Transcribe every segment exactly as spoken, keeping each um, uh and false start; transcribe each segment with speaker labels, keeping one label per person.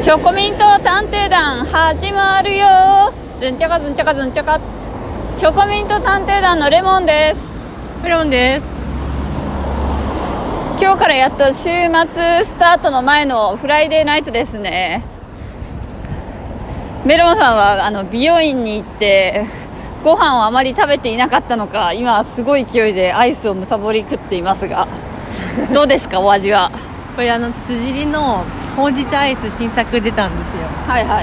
Speaker 1: チョコミント探偵団始まるよ。ずんちゃかずんちゃかずんちゃか。チョコミント探偵団のレモンです。
Speaker 2: メロンです。
Speaker 1: 今日からやっと週末スタートの前のフライデーナイトですね。メロンさんはあの美容院に行ってご飯をあまり食べていなかったのか、今すごい勢いでアイスをむさぼり食っていますがどうですかお味は。
Speaker 2: これあの辻りのほうじ茶アイス新作出たんですよ。
Speaker 1: はいはい、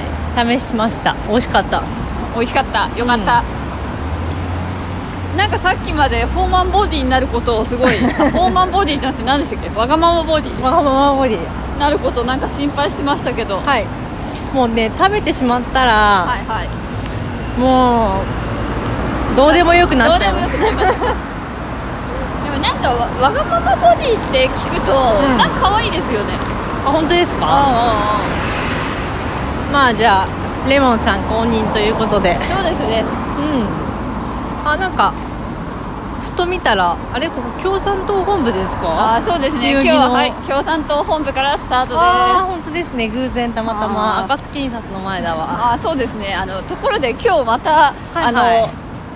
Speaker 2: 試しました。美味しかった。
Speaker 1: 美味しかった、よかった、うん、なんかさっきまでフォーマンボディになることをすごいフォーマンボディじゃなくて何でしたっけ、わがままボディ
Speaker 2: わがままボディ
Speaker 1: なることなんか心配してましたけど、
Speaker 2: はい、もうね食べてしまったら、
Speaker 1: はいはい、
Speaker 2: もうどうでもよくなっちゃいます。
Speaker 1: どうでもよくなりますでもなんか わ, わがままボディって聞くと、うん、なんか可愛いですよね。
Speaker 2: あ、本当ですか。
Speaker 1: ああ
Speaker 2: あまあじゃあレモンさん公認ということで。
Speaker 1: そうですね。
Speaker 2: うん。あ、なんかふと見たらあれ、ここ共産党本部ですか。
Speaker 1: あ、そうですね。今日は、はい、共産党本部からスタートです。
Speaker 2: あ、本当ですね。偶然たまたま暁印刷の前だわ。
Speaker 1: あ、そうですね。あのところで今日また、はいはい、あの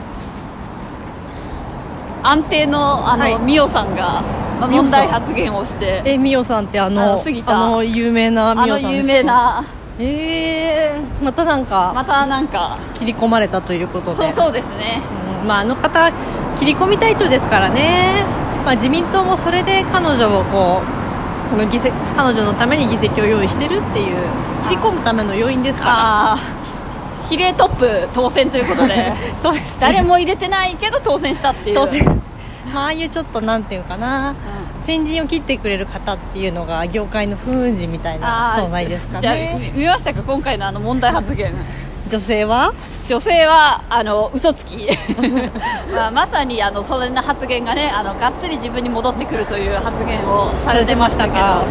Speaker 1: 安定のあの、はい、ミオさんが、まあ、問題発言をして。
Speaker 2: え、ミオさんってあのあの有名なミオさんですか。あの有名な。えー、またなんか
Speaker 1: またなんか
Speaker 2: 切り込まれたということで。
Speaker 1: そうそうですね、
Speaker 2: うん、まあ、あの方切り込み隊長ですからね、まあ、自民党もそれで彼女をこうこの議席彼女のために議席を用意してるっていう切り込むための要因ですから。
Speaker 1: あ、比例トップ当選ということで
Speaker 2: そうです、ね、
Speaker 1: 誰も入れてないけど当選したっていう。
Speaker 2: 当選まあ、ああいうちょっとなんていうかな、うん、先陣を切ってくれる方っていうのが業界の風雲児みたいな存在ですかね。
Speaker 1: じゃあ見ましたか今回のあの問題発言。
Speaker 2: 女性は
Speaker 1: 女性はあの嘘つき、まあ、まさにあのそんな発言がね、あのがっつり自分に戻ってくるという発言をされてましたけど、はい、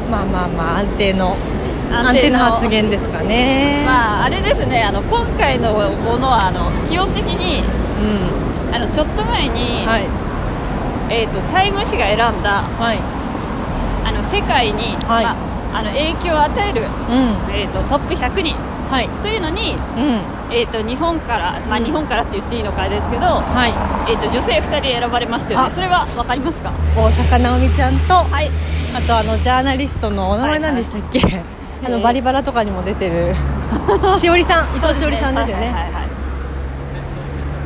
Speaker 2: まあまあまあ安定の安定の発言ですかね。
Speaker 1: まああれですね、あの今回のものはあの基本的に、うん、あのちょっと前に、はい、えーと、タイム誌が選んだ、はい、あの世界に、はい、まあ、あの影響を与える、うん、えーと、トップひゃくにん、はい、というのに、うん、えーと、日本から、まあ、日本からって言っていいのかですけど、はい、えーと、女性ふたり選ばれましたよね。それは分かりますか。
Speaker 2: 大坂なおみちゃんと、はい、あとあのジャーナリストのお名前何でしたっけ、はいはい、あのバリバラとかにも出てるしおりさん、伊藤しおりさんですよね。はいはいはいはい、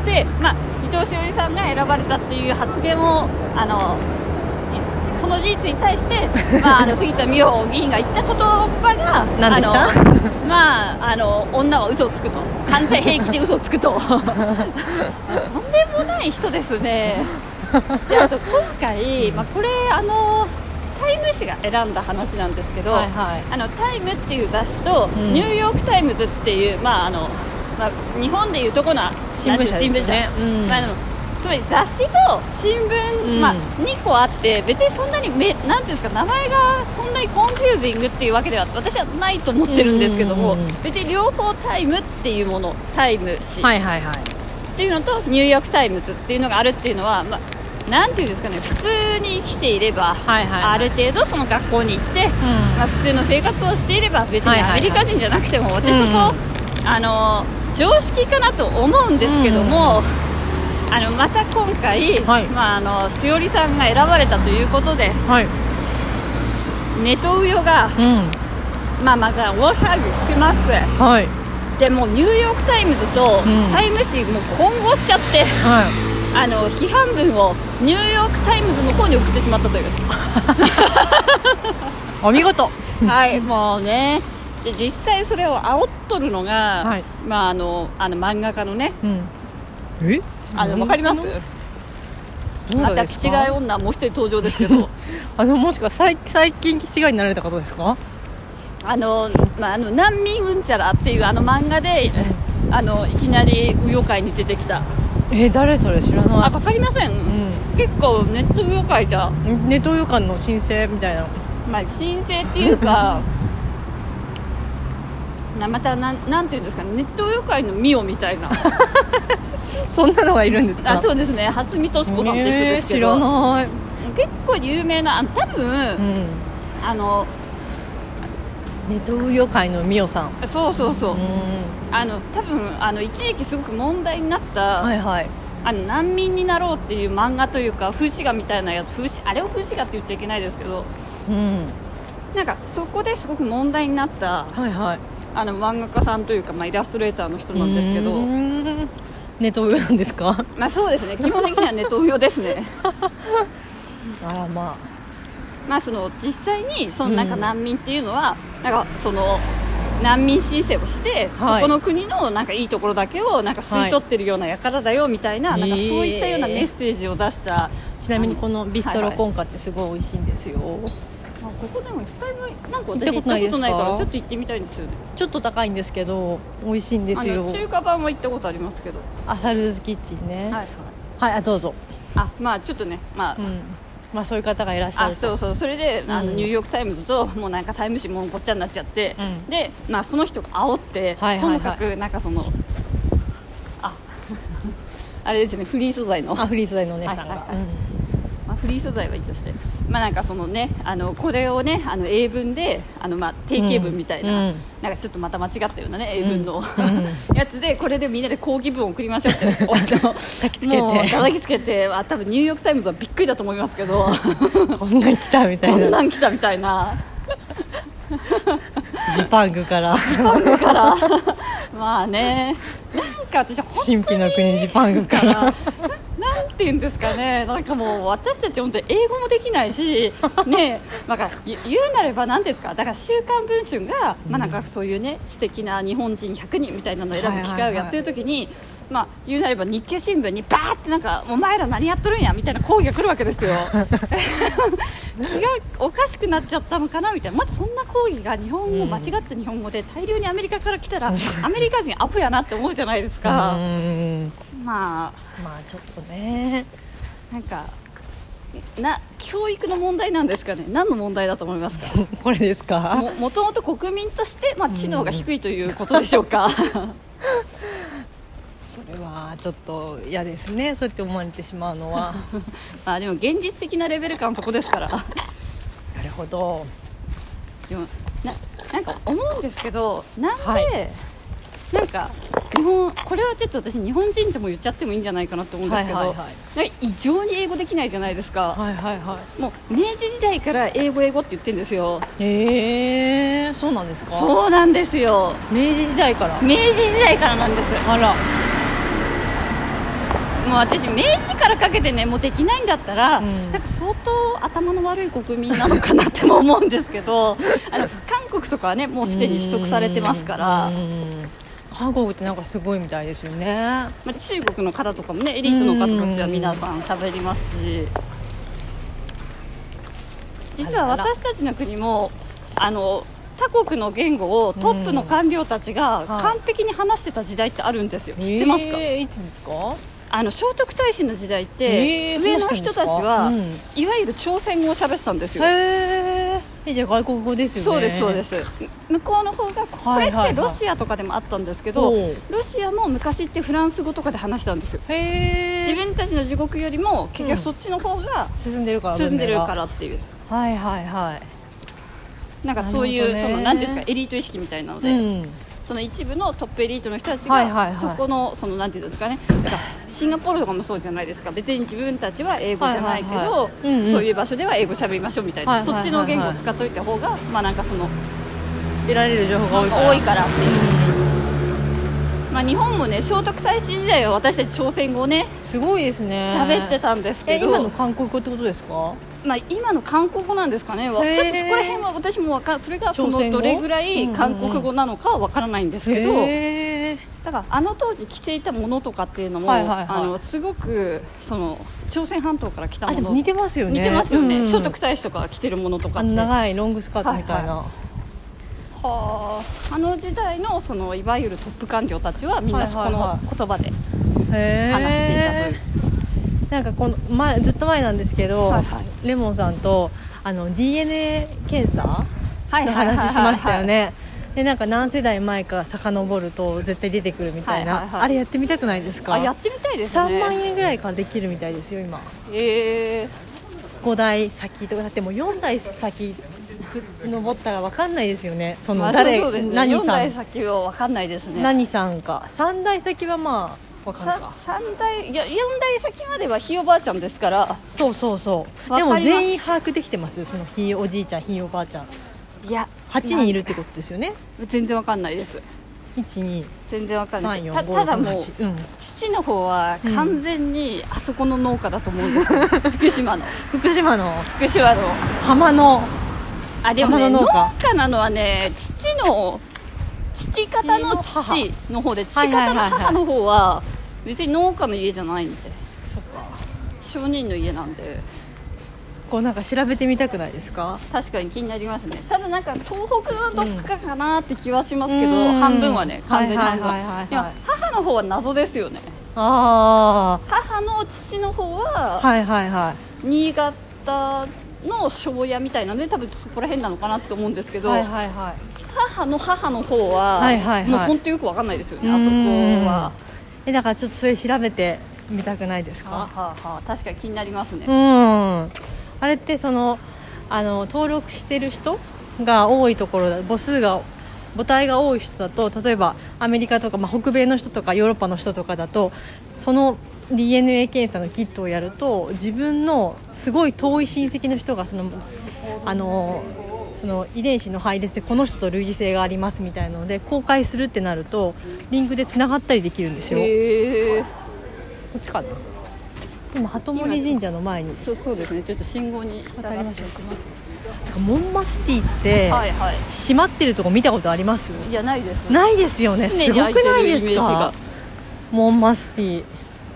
Speaker 2: で、まあ、伊藤しおりさんが選ばれたっていう発言をあのその事実に対して、まあ、あの杉田水脈議員が言った言葉が何でした。あの、まあ、あの女は嘘をつくと、簡単平気で嘘をつくととんでもない人ですね。であと今回、まあ、これあのタイム誌が選んだ話なんですけど、はいはい、あのタイムっていう雑誌と、うん、ニューヨークタイムズっていう、まああのまあ、日本でいうとこな新聞社ですよね。うん、
Speaker 1: あのつまり雑誌と新聞、うん、まあ、にこあって別にそんなにめなんていうんですか、名前がそんなにコンフュージングっていうわけでは私はないと思ってるんですけども、うんうんうん、別に両方タイムっていうもの、タイム誌、はいはいはい、っていうのとニューヨークタイムズっていうのがあるっていうのは、まあ、なんていうんですかね、普通に生きていれば、はいはいはい、ある程度その学校に行って、うん、まあ、普通の生活をしていれば別にアメリカ人じゃなくても、はいはいはい、私も、うん、あの常識かなと思うんですけども、うん、あのまた今回、はい、まあ、あのしおりさんが選ばれたということで、はい、ネトウヨが、うん、まあまた大騒ぎしてます、はい、でもニューヨークタイムズとタイム誌も混合しちゃって、うん、はい、あの批判文をニューヨークタイムズの方に送ってしまったという
Speaker 2: お見事
Speaker 1: はい、もうね、で実際それを煽っとるのが、はい、まあ、あのあの漫画家のね、うん、えあの分かります？また気違い女もう一人登場ですけど
Speaker 2: あのもしか最最近気違いになられた方ですか？
Speaker 1: あの、まあ、あの難民うんちゃらっていうあの漫画で、うん、あのいきなり右翼界に出てきた。
Speaker 2: えー、誰それ知らない。
Speaker 1: あ、分かりません、うん、結構ネット右翼界じゃ
Speaker 2: ネット右翼界の申請みたいな、
Speaker 1: まあ、申請っていうかなまたな ん, なんていうんですか、ネット右翼界のミオみたいな
Speaker 2: そんなのがいるんですか？
Speaker 1: あ、そうですね、初見俊子さんって人ですけど、
Speaker 2: えー、知らない。
Speaker 1: 結構有名な、あの多分、うん、あの
Speaker 2: ネトウヨ界のミオさん。
Speaker 1: そうそうそう、
Speaker 2: うん、
Speaker 1: あの多分あの一時期すごく問題になった、
Speaker 2: はいはい、
Speaker 1: あの難民になろうっていう漫画というか風刺画みたいなやつ、風刺あれを風刺画って言っちゃいけないですけど、
Speaker 2: うん、
Speaker 1: なんかそこですごく問題になった、
Speaker 2: はいはい、
Speaker 1: あの漫画家さんというか、まあ、イラストレーターの人なんですけど、
Speaker 2: ネトウヨなんですか？
Speaker 1: まあそうですね、基本的にはネトウヨですね
Speaker 2: あらまあ、
Speaker 1: まあその実際にそのなんか難民っていうのは、うん、なんかその難民申請をして、はい、そこの国のなんかいいところだけをなんか吸い取ってるような輩だよみたいな、はい、なんかそういったようなメッセージを出した、
Speaker 2: えー、ちなみにこのビストロコンカってすごい美味しいんですよ、はいはい、
Speaker 1: まあ、ここでもいっぱいなんか私行ったことないからちょっと行ってみたいんですよね。
Speaker 2: ちょっと高いんですけど美味しいんですよ。
Speaker 1: 中華版も行ったことありますけど、
Speaker 2: あ、サルーズキッチンね、はいはい、はい、あ、どうぞ。
Speaker 1: あ、まあちょっとね、まあ、うん、
Speaker 2: まあ、そういう方がいらっしゃる。
Speaker 1: あ、そうそう、それで、うん、あのニューヨークタイムズともうなんかタイム誌もごっちゃになっちゃって、うん、で、まあ、その人が煽って、はいはいはい、とにかくなんかそのああれですね、フリー素材の
Speaker 2: あフリー素材のお姉さんが、はいはいはい、うん、
Speaker 1: まあ、フリー素材はいいとして、まあ、なんかそのね、あのこれをね、あの英文であのまあ定型文みたいな、うん、なんかちょっとまた間違ったようなね英文の、うん、やつで、これでみんなで抗議文を送りましょうって
Speaker 2: 焚きつけて、
Speaker 1: もう叩きつけて、あ、多分ニューヨークタイムズはびっくりだと思いますけど
Speaker 2: こんなん来たみたいな、
Speaker 1: こんなん来たみたいな
Speaker 2: ジパングから
Speaker 1: ジパングからまあね、なんか私は本当に
Speaker 2: 神秘の国ジパングから
Speaker 1: なんていうんですかね、なんかもう私たち本当に英語もできないしね、なんか言うなれば何ですか、だから週刊文春が、まあ、なんかそういうね素敵な日本人ひゃくにんみたいなのを選ぶ機会をやってる時に、はいはいはい、まあ、言うなれば日経新聞にバーってなんかお前ら何やっとるんやみたいな抗議が来るわけですよ気がおかしくなっちゃったのかなみたいな、まずそんな抗議が日本語、間違った日本語で大量にアメリカから来たらアメリカ人アホやなって思うじゃないですか。うん、まあ
Speaker 2: まあちょっとね、
Speaker 1: なんかな教育の問題なんですかね。何の問題だと思いますか
Speaker 2: これですか。
Speaker 1: も, もともと国民として、まあ、知能が低いということでしょうかそ
Speaker 2: れはちょっと嫌ですね、そうやって思われてしまうのは
Speaker 1: まあでも現実的なレベル感そこですからな
Speaker 2: るほど。
Speaker 1: でも な, なんか思うんですけど、なんで、はい、なんか日本、これはちょっと私日本人とも言っちゃってもいいんじゃないかなと思うんですけど、はいはいはい、異常に英語できないじゃないですか、
Speaker 2: はいはいはい、
Speaker 1: もう明治時代から英語英語って言ってるんですよ。
Speaker 2: へー、そうなんですか。
Speaker 1: そうなんですよ、
Speaker 2: 明治時代から。
Speaker 1: 明治時代からなんです。
Speaker 2: あら、
Speaker 1: もう私明治からかけてね、もうできないんだったら、うん、なんか相当頭の悪い国民なのかなっても思うんですけどあの韓国とかはねもうすでに取得されてますから。
Speaker 2: 韓国ってなんかすごいみたいですよね、ま
Speaker 1: あ、中国の方とかもねエリートの方たちは皆さん喋りますし、実は私たちの国もあの他国の言語をトップの官僚たちが完璧に話してた時代ってあるんですよ、知ってますか。
Speaker 2: えー、いつですか。
Speaker 1: あの聖徳太子の時代って、えー、上の人たちは、うん、いわゆる朝鮮語を喋ってたんですよ。
Speaker 2: へー、じゃあ外国語ですよね。
Speaker 1: そうですそうです。向こうの方がこれってロシアとかでもあったんですけど、はいはいはい、ロシアも昔ってフランス語とかで話したんですよ。へー、自分たちの自国よりも結局そっちの方が、
Speaker 2: うん、進んでるから
Speaker 1: 進んでるからっていう、
Speaker 2: はいはいはい、
Speaker 1: なんかそういう、ね、そのなんていうんですか、エリート意識みたいなので、うん、その一部のトップエリートの人たちが、はいはいはい、そこのそのなんていうんですかね、だからシンガポールとかもそうじゃないですか。別に自分たちは英語じゃないけど、はいはいはい、うんうん、そういう場所では英語喋りましょうみたいな、はいはいはいはい、そっちの言語を使っといた方が、まあなんかその
Speaker 2: 得られる情報が多いから、
Speaker 1: 多いからっていう、まあ、日本もね聖徳太子時代は私たち朝鮮語をね
Speaker 2: すごいですね
Speaker 1: 喋ってたんですけど、
Speaker 2: え今の韓国語ってことですか。
Speaker 1: まあ、今の韓国語なんですかね。ちょっとそこら辺は私も分かそれがそのどれぐらい韓国語なのかは分からないんですけど、うんうんうん、だからあの当時着ていたものとかっていうのも、はいはいはい、あのすごくその朝鮮半島から来たもの、
Speaker 2: あでも似てますよね。
Speaker 1: 似てますよね、うんうん、聖徳太子とか着てるものとかって、
Speaker 2: あ長いロングスカートみたいな、はいはい、
Speaker 1: はあ、あの時代 の, そのいわゆるトップ官僚たちはみんなそこの言葉で話していたという、はいはいはい、
Speaker 2: なんかこの前ずっと前なんですけど、はいはい、レモンさんとあの ディーエヌエー 検査の話しましたよね。でなんか何世代前か遡ると絶対出てくるみたいな、はいはいはい、あれやってみたくないですか。
Speaker 1: あやってみたいですね。
Speaker 2: さんまんえんぐらいからできるみたいですよ今。
Speaker 1: えー、
Speaker 2: ごだい先とかだってもうよんだい先登ったら分かんないですよね。その
Speaker 1: まあ、
Speaker 2: 誰、
Speaker 1: そうですね、
Speaker 2: 何さん
Speaker 1: よんだい先は分かんないですね。
Speaker 2: 何さんかさんだい先はまあ分かるか。
Speaker 1: さんだいいやよんだい先まではひいおばあちゃんですから。
Speaker 2: そうそうそうで
Speaker 1: わかります。
Speaker 2: も全員把握できてます。そのひいおじいちゃんひいおばあちゃん
Speaker 1: いや
Speaker 2: はちにんいるってことですよね。
Speaker 1: 全然分かんないです。
Speaker 2: いちに
Speaker 1: 全然わかんないです。た
Speaker 2: さんよんご
Speaker 1: ただもう、
Speaker 2: ろくななはち、うん、
Speaker 1: 父の方は完全にあそこの農家だと思うんですよ、うん、福島の
Speaker 2: 福島の
Speaker 1: 福島の
Speaker 2: 浜の
Speaker 1: あでもね農
Speaker 2: 浜の農家
Speaker 1: 家なのはね父の父方の父の方で父方の母の方は別に農家の家じゃないんで、
Speaker 2: そっか
Speaker 1: 商人の家なんで
Speaker 2: こうなんか調べてみたくないですか。
Speaker 1: 確かに気になりますね。ただなんか東北のどっかかなって気はしますけど、
Speaker 2: うん、
Speaker 1: 半分はね完全に半分
Speaker 2: はいはいはいはいはい、
Speaker 1: でも母の方は謎ですよね。
Speaker 2: ああ
Speaker 1: 母の父の方は
Speaker 2: はいはいはい、
Speaker 1: 新潟の庄屋みたいなので多分そこら辺なのかなって思うんですけど、
Speaker 2: はいはいはい、
Speaker 1: 母の母の方は、
Speaker 2: はいはいはい、
Speaker 1: もう本当よく分かんないですよね、あそこは。
Speaker 2: えだからちょっとそれ調べてみたくないですか。
Speaker 1: はあはあはあ、確かに気になりますね。
Speaker 2: うんあれってそのあの登録してる人が多いところだ母数が母体が多い人だと例えばアメリカとか、まあ、北米の人とかヨーロッパの人とかだとその ディーエヌエー 検査のキットをやると自分のすごい遠い親戚の人がそのあのその遺伝子の配列でこの人と類似性がありますみたいなので公開するってなるとリンクでつながったりできるんですよ。
Speaker 1: へー、
Speaker 2: こっちかな。今鳩森神社の前に
Speaker 1: そうそうですね、ちょっと信号に
Speaker 2: 渡りましょう。モンマスティって
Speaker 1: はいはい、
Speaker 2: 閉まってるとこ見たことあります？
Speaker 1: いやないです、
Speaker 2: ないですよね。すごくないですか。モンマスティい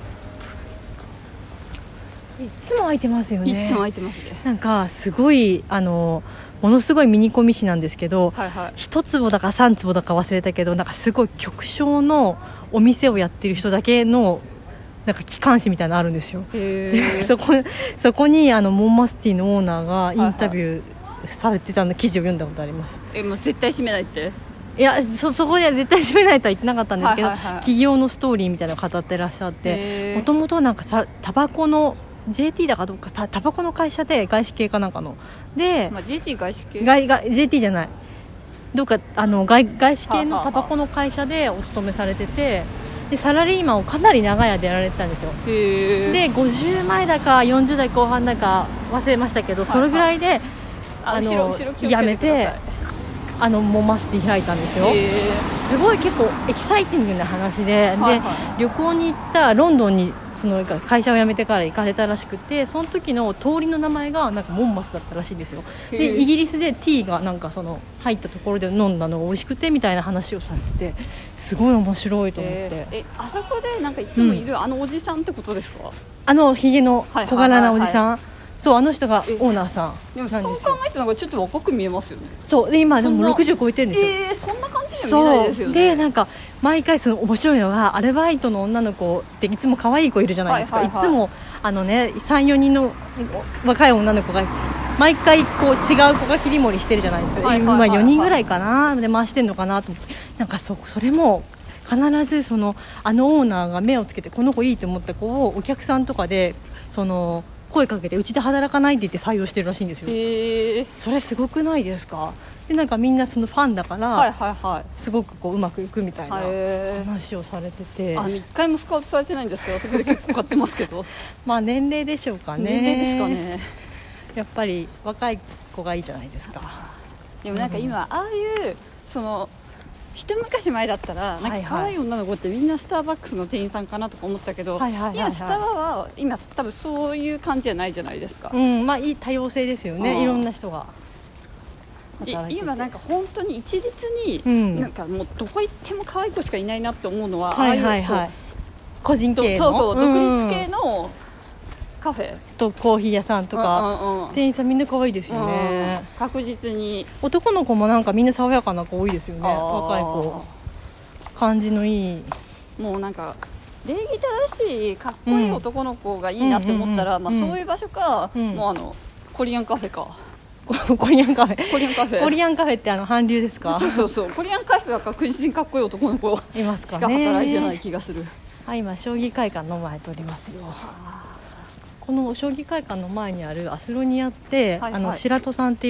Speaker 2: つも開いてますよね。
Speaker 1: いつも開いてますね。
Speaker 2: なんかすごいあのものすごいミニコミ誌なんですけど、
Speaker 1: はいはい、
Speaker 2: 一坪だか三坪だか忘れたけどなんかすごい極小のお店をやってる人だけのなんか機関誌みたいなのあるんですよ。
Speaker 1: へ
Speaker 2: そこそこにあのモンマスティのオーナーがインタビューされてたの記事を読んだことあります。
Speaker 1: えもう絶対閉めないって。
Speaker 2: いや そ, そこでは絶対閉めないとは言ってなかったんですけど、
Speaker 1: はいはいはい、
Speaker 2: 企業のストーリーみたいなのを語ってらっしゃってもともとなんかさタバコの ジェーティー だかどうかタバコの会社で外資系かなんかので、
Speaker 1: まあ、ジェーティー 外資系
Speaker 2: 外外 ジェーティー じゃないどうかあの 外, 外資系のタバコの会社でお勤めされててでサラリーマンをかなり長い間やられてたんですよ。
Speaker 1: へ
Speaker 2: でごじゅう前だかよんじゅう代後半だか忘れましたけど、はいはい、それぐらいであの
Speaker 1: 後ろ後ろ気をつけてください。
Speaker 2: やめてあのモンマスティ開いたんですよ。すごい結構エキサイティングな話で、はいはい、で旅行に行ったロンドンにその会社を辞めてから行かれたらしくてその時の通りの名前がなんかモンマスだったらしいんですよ。でイギリスでティーがなんかその入ったところで飲んだのが美味しくてみたいな話をされててすごい面白いと思って。
Speaker 1: えあそこでなんかいつもいる、うん、あのおじさんってことですか。
Speaker 2: あのひげの小柄なおじさん、はいはいはいはい、そうあの人がオーナーさん
Speaker 1: でもそう考えるとなんかちょっと若く見えますよね。
Speaker 2: そうで今でもろくじゅう超えてるんですよ。
Speaker 1: えー、そんな感じには見えないですよね。
Speaker 2: でなんか毎回その面白いのがアルバイトの女の子っていつも可愛い子いるじゃないですか、はいはいはい、いつもあのね さん,よ 人の若い女の子が毎回こう違う子が切り盛りしてるじゃないですか、はいはいはいはい、今よにんぐらいかなで回してんのかなと思ってなんか そ, それも必ずそのあのオーナーが目をつけてこの子いいと思った子をお客さんとかでその声かけてうちで働かないって言って採用してるらしいんですよ。
Speaker 1: へー
Speaker 2: それすごくないですか。でなんかみんなそのファンだから、はいはいはい、すごくこううまくいくみたいな話をされてて
Speaker 1: あ一回もスカウトされてないんですけどそこで結構買ってますけど
Speaker 2: まあ年齢でしょうかね。
Speaker 1: 年齢ですかね。
Speaker 2: やっぱり若い子がいいじゃないですか。
Speaker 1: でもなんか今、うん、ああいうその一昔前だったらなんか可愛い女の子ってみんなスターバックスの店員さんかなとか思ったけど、はいはいはいはい、今スタバは今多分そういう感じじゃないじゃないですか、
Speaker 2: うんまあ、いい多様性ですよね。いろんな人が
Speaker 1: 働いてて今なんか本当に一律に、うん、なんかもうどこ行っても可愛い子しかいないなって思うのは、
Speaker 2: はいはいはい、個人系の
Speaker 1: そうそう、うん、独立系のカフェ
Speaker 2: とコーヒー屋さんとか、うんうんうん、店員さんみんな可愛いですよね、
Speaker 1: うん、確実に
Speaker 2: 男の子もなんかみんな爽やかな子多いですよね。若い子感じのいい
Speaker 1: もうなんか礼儀正しいかっこいい男の子がいいなって思ったら、うんまあ、そういう場所か、うん、もうあのコリアンカフェか
Speaker 2: コリアンカフェ
Speaker 1: コリアンカフェ
Speaker 2: コリアンカフェってあの韓流ですか。
Speaker 1: そうそうそうコリアンカフェは確実にかっこいい男の子
Speaker 2: いますか、ね、
Speaker 1: しか働いてない気がする。
Speaker 2: あ今将棋会館の前通りますよ。この将棋会館の前にあるアスロニアって、はいはい、あの白戸さんっていう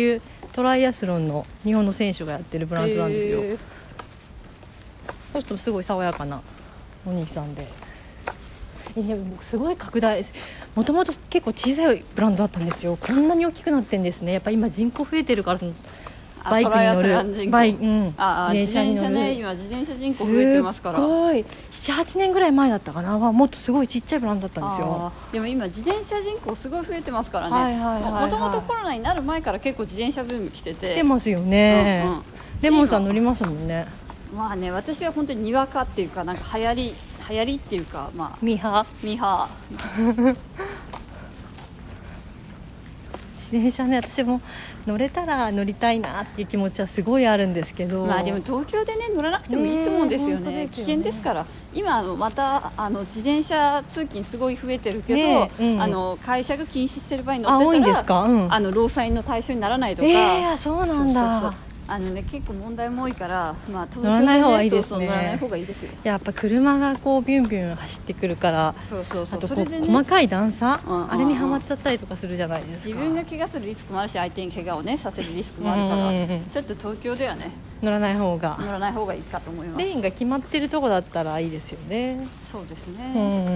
Speaker 2: トライアスロンの日本の選手がやってるブランドなんですよ。そうするとすごい爽やかなお兄さんで、いやすごい拡大、もともと結構小さいブランドだったんですよ。こんなに大きくなってんですね。やっぱ今人口増えてるから、バイクに乗るバイ、うん、
Speaker 1: ああ
Speaker 2: 自転車に乗る、
Speaker 1: ね、今自転車人口増えてますから、
Speaker 2: すごいななはちねんぐらい前だったかな、もっとすごいちっちゃいブランドだったんですよ。
Speaker 1: でも今自転車人口すごい増えてますからね。もともとコロナになる前から結構自転車ブーム来てて
Speaker 2: 来てますよね、うんうん、レモンさん乗りますもんね。
Speaker 1: まあね、私は本当ににわかっていうか、なんか流行り流行りっていうか、まあ
Speaker 2: ミーハー
Speaker 1: ミーハー
Speaker 2: 自転車ね、私も乗れたら乗りたいなっていう気持ちはすごいあるんですけど、
Speaker 1: まあでも東京でね乗らなくてもいいと思うんですよ ね, ね, よね危険ですから。今あのまたあの自転車通勤すごい増えてるけど、ね、うん、あの会社が禁止してる場合に乗ってたら、
Speaker 2: あ、多いんですか、うん、
Speaker 1: あの労災の対象にならないとか、
Speaker 2: えー、そうなんだ。
Speaker 1: そうそうそう、あのね、結構問題も多いから、まあ、東京で、ね、
Speaker 2: 乗らない方がいいですね。
Speaker 1: そうそう、乗らない方がいいですよ。
Speaker 2: やっぱ車がこうビュンビュン走ってくるから、
Speaker 1: そうそうそう、
Speaker 2: あとこう
Speaker 1: それでね、
Speaker 2: 細かい段差、
Speaker 1: うんうんうん、
Speaker 2: あれにはまっちゃったりとかするじゃないですか。
Speaker 1: 自分が怪我するリスクもあるし、相手に怪我をねさせるリスクもあるから、うんうんうん、ちょっと東京ではね
Speaker 2: 乗らない方が
Speaker 1: 乗らない方がいいかと思います。
Speaker 2: レーンが決まってるとこだったらいいですよね。
Speaker 1: そうですね、
Speaker 2: うんうん、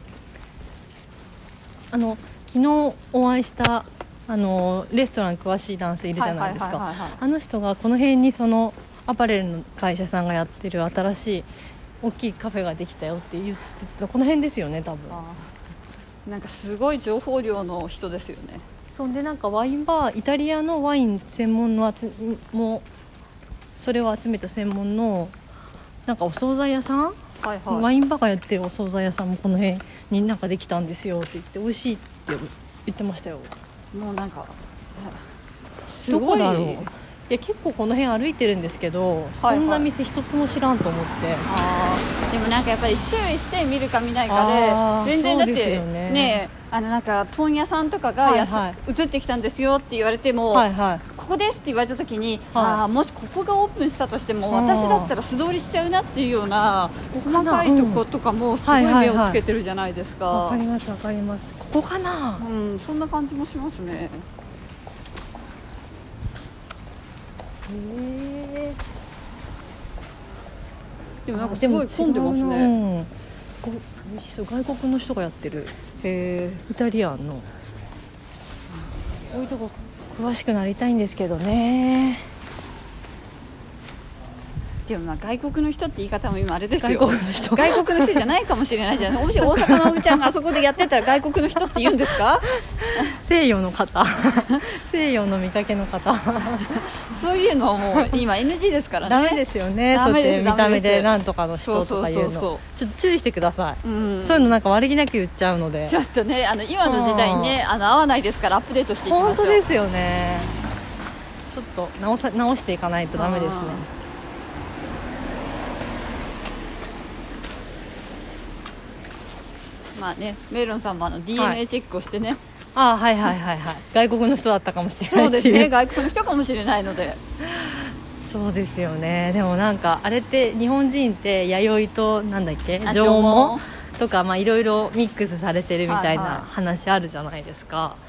Speaker 2: あの昨日お会いしたあのレストラン詳しい男性いるじゃないですか。あの人がこの辺にそのアパレルの会社さんがやってる新しい大きいカフェができたよって言ってた、この辺ですよね多分。
Speaker 1: あ、なんかすごい情報量の人ですよね。
Speaker 2: そうで、なんかワインバー、イタリアのワイン専門のつもそれを集めた専門のなんかお惣菜屋さん、はいはい、ワインバーがやってるお惣菜屋さんもこの辺になんかできたんですよって言って美味しいって言ってましたよ。もうなんかすごい、どこだろう。いや結構この辺歩いてるんですけど、はいはい、そんな店一つも知らんと思って。
Speaker 1: あ、でもなんかやっぱり注意して見るか見ないかで全然だってね、ね、あのなんか問屋さんとかがやす、はいはい、移ってきたんですよって言われても、はいはい、ここですって言われた時に、はい、あ、もしここがオープンしたとしても私だったら素通りしちゃうなっていうような細かいとことかもすごい目をつけてるじゃないですか。
Speaker 2: わかりますわかります。ここかな、
Speaker 1: うん、そんな感じもしますね。
Speaker 2: へ
Speaker 1: ー、でもなんかすごい混んでますね。うん、
Speaker 2: 外国の人がやってる、へー、イタリアンの、こういうとこ詳しくなりたいんですけどね。
Speaker 1: でもまあ外国の人って言い方も今あれですよ。
Speaker 2: 外国の人
Speaker 1: 外国の人じゃないかもしれないじゃない。もし大阪のおぶちゃんがあそこでやってたら外国の人って言うんですか？
Speaker 2: 西洋の方西洋の見かけの方
Speaker 1: そういうのはもう今 エヌジー ですからね。
Speaker 2: ダメですよね。そうやって見た目でなんとかの人とかいうの、そうそうそうそう、ちょっと注意してください、うん、そういうのなんか悪気なく言っちゃうので、
Speaker 1: ちょっとね、あの今の時代にね、あの合わないですからアップデートしていきましょう。
Speaker 2: 本当ですよね。ちょっと直さ直していかないとダメですね。
Speaker 1: まあね、メロンさんもあの ディーエヌエー チェックをしてね、はい、
Speaker 2: あ、はいはいはいはい、外国の人だったかもしれない。
Speaker 1: そうですね、外国の人かもしれないので
Speaker 2: そうですよね。でもなんかあれって日本人って弥生となんだっけ、縄文とかいろいろミックスされてるみたいな話あるじゃないですか、はいはい、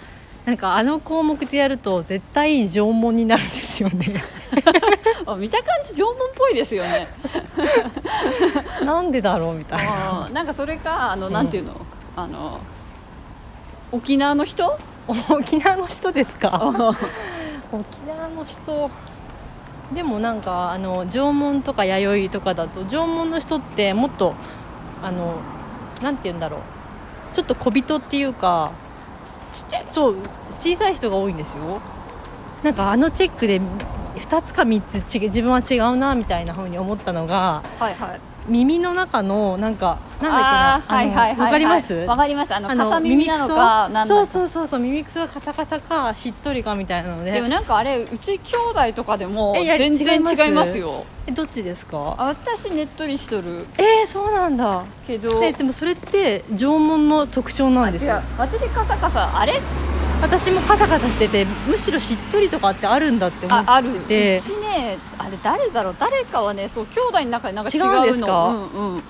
Speaker 2: なんかあの項目でやると絶対縄文になるんですよね
Speaker 1: あ、見た感じ縄文っぽいですよね
Speaker 2: なんでだろうみたいな。
Speaker 1: なんかそれかあの、うん、なんていうの、あの沖縄の人
Speaker 2: 沖縄の人ですか沖縄の人でもなんかあの縄文とか弥生とかだと縄文の人ってもっとあのなんていうんだろう、ちょっと小人っていうか
Speaker 1: ちっちゃい、
Speaker 2: そう小さい人が多いんですよ。なんかあのチェックでふたつかみっつち自分は違うなみたいな風に思ったのが、はいはい、耳の中のなんかなんだっけな、はいはいはいはい、わかります？
Speaker 1: わかります。あのかさ耳なのかなんだか、
Speaker 2: そうそうそうそう、耳くそがカサカサかしっとりかみたいなので。
Speaker 1: でもなんかあれうち兄弟とかでも全然違いますよ。
Speaker 2: え、どっちですか？
Speaker 1: 私ねっとりしとる。
Speaker 2: えー、そうなんだ。けどで, でもそれって縄文の特徴なんですよ。
Speaker 1: 私カサカサ、あれ
Speaker 2: 私もカサカサしててむしろしっとりとかってあるんだって思ってて。あ、ある。うち
Speaker 1: ね、あれ誰だろう、誰かはね、そう兄弟の中でなんか違うの。
Speaker 2: 違うんですか？
Speaker 1: うんうん、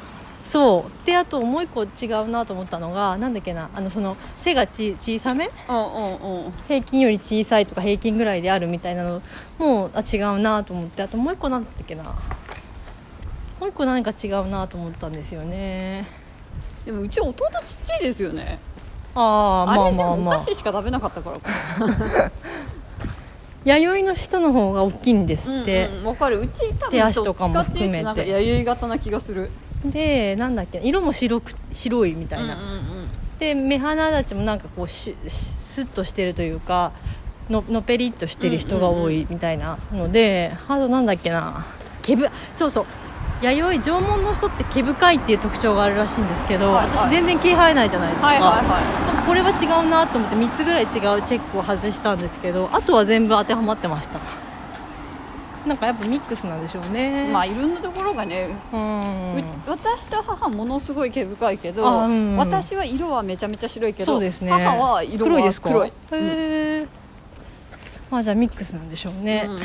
Speaker 2: そうで、あともう一個違うなと思ったのが、なんだっけな、あのその背がち小さめ、
Speaker 1: うんうんうん、
Speaker 2: 平均より小さいとか平均ぐらいであるみたいなのもあ違うなと思って、あともう一個なんだっけな、もう一個何か違うなと思ったんですよね。
Speaker 1: でもうち弟ちっちゃいですよね。
Speaker 2: ああ、まあまあまあ、
Speaker 1: あれでもお菓子しか食べなかったからか
Speaker 2: 弥生の人の方が大きいんですって、
Speaker 1: うんうん、分かる。うち多分
Speaker 2: 手足とかも含めて
Speaker 1: なんか弥生型な気がする。
Speaker 2: で、なんだっけ、色も白く白いみたいな、
Speaker 1: うんうんうん、
Speaker 2: で目鼻立ちもなんかこうシュスッとしてるというか、ののぺりっとしてる人が多いみたいなので、うんうんうん、あとなんだっけな、毛ぶそうそう、弥生縄文の人って毛深いっていう特徴があるらしいんですけど、はいはい、私全然毛生えないじゃないですか、はいはいはい、これは違うなと思ってみっつぐらい違うチェックを外したんですけど、あとは全部当てはまってました。なんかやっぱミックスなんでしょうね。
Speaker 1: まあいろんなところがね、うん、う私と母ものすごい毛深いけど、うん、私は色はめちゃめちゃ白いけど、
Speaker 2: そうですね、
Speaker 1: 母は色は黒い。
Speaker 2: 黒いですか？
Speaker 1: 黒い。
Speaker 2: へー、まあじゃあミックスなんでしょうね、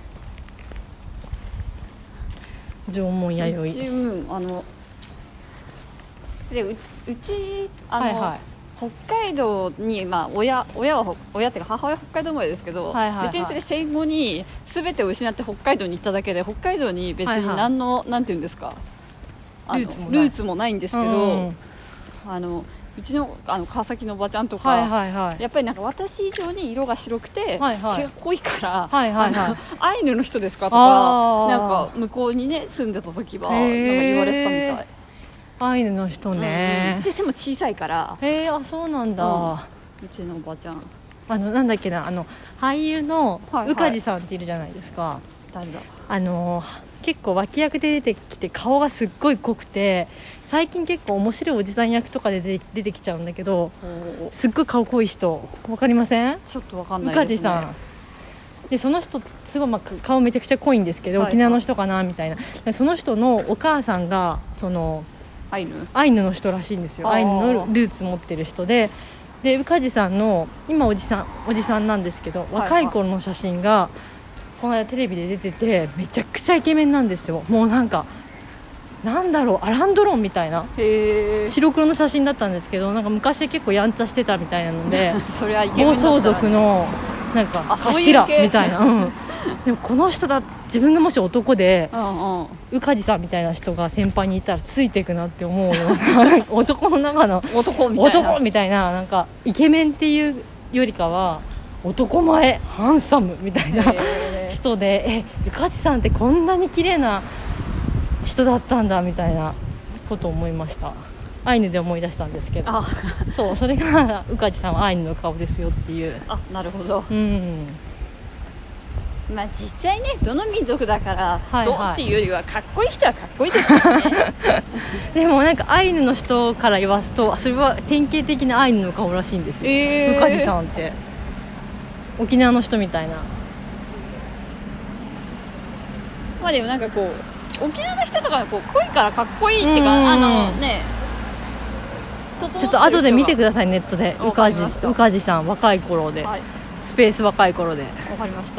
Speaker 2: うん、縄文弥生。
Speaker 1: うち、うん、あので う, うちあの、はいはい、北海道に、まあ、親, 親は親っていうか母親は北海道生まれですけど、はいはいはい、別にそれ戦後に全てを失って北海道に行っただけで、北海道に別に何の、はいはい、なんていうんですか、あのルーツもない、ルーツもないんですけど、うん、あのうち の, あの川崎のおばちゃんとか、はいはいはい、やっぱりなんか私以上に色が白くて、はいはい、毛が濃いから、はいはいはい、アイヌの人ですかとか、なんか向こうにね住んでた時はなんか言われてたみたい。
Speaker 2: アイヌの人ね、
Speaker 1: うん、で背も小さいから。
Speaker 2: へえ、あ、そうなんだ、うん、
Speaker 1: うちのおばちゃん、
Speaker 2: あのなんだっけな、あの俳優の宇梶さんっているじゃないですか、はいはい、
Speaker 1: 誰だ、
Speaker 2: あの結構脇役で出てきて顔がすっごい濃くて、最近結構面白いおじさん役とかで出て、出てきちゃうんだけど、すっごい顔濃い人、わかりません？
Speaker 1: ちょっとわかんないですね。
Speaker 2: 宇梶さんで、その人すごい、まあ、顔めちゃくちゃ濃いんですけど、はいはい、沖縄の人かなみたいな、その人のお母さんがその
Speaker 1: アイヌ？
Speaker 2: アイヌの人らしいんですよ。アイヌのルーツ持ってる人で、で宇梶さんの今おじさんおじさんなんですけど、若い頃の写真が、はいはい、この間テレビで出てて、めちゃくちゃイケメンなんですよ。もうなんかなんだろう、アランドロンみたいな、へー、白黒の写真だったんですけど、なんか昔結構やんちゃしてたみたいなので
Speaker 1: それはイケメンだったら、
Speaker 2: 暴走族のなんか頭みたいな、うん、でもこの人だ、自分がもし男で、うんうん、宇梶さんみたいな人が先輩にいたらついていくなって思う男の中の
Speaker 1: 男みたいな、
Speaker 2: 男みたいな、なんかイケメンっていうよりかは男前ハンサムみたいな人で、え、宇梶さんってこんなに綺麗な人だったんだみたいなことを思いました。アイヌで思い出したんですけど、あそう、それが宇梶さんはアイヌの顔ですよっていう。
Speaker 1: あ、なるほど、
Speaker 2: うん、
Speaker 1: まあ、実際ね、どの民族だから、はいはい、どうっていうよりはかっこいい人はかっこいいですからね
Speaker 2: でもなんかアイヌの人から言わすと、それは典型的なアイヌの顔らしいんですよ、宇梶さんって沖縄の人みたいな。
Speaker 1: まあでもなんかこう沖縄の人とかこう濃いからかっこいいっていうか、あのね、
Speaker 2: ちょっと後で見てください、ネットで。宇梶宇梶さん若い頃で、はい、スペース若い頃で。
Speaker 1: わかりました。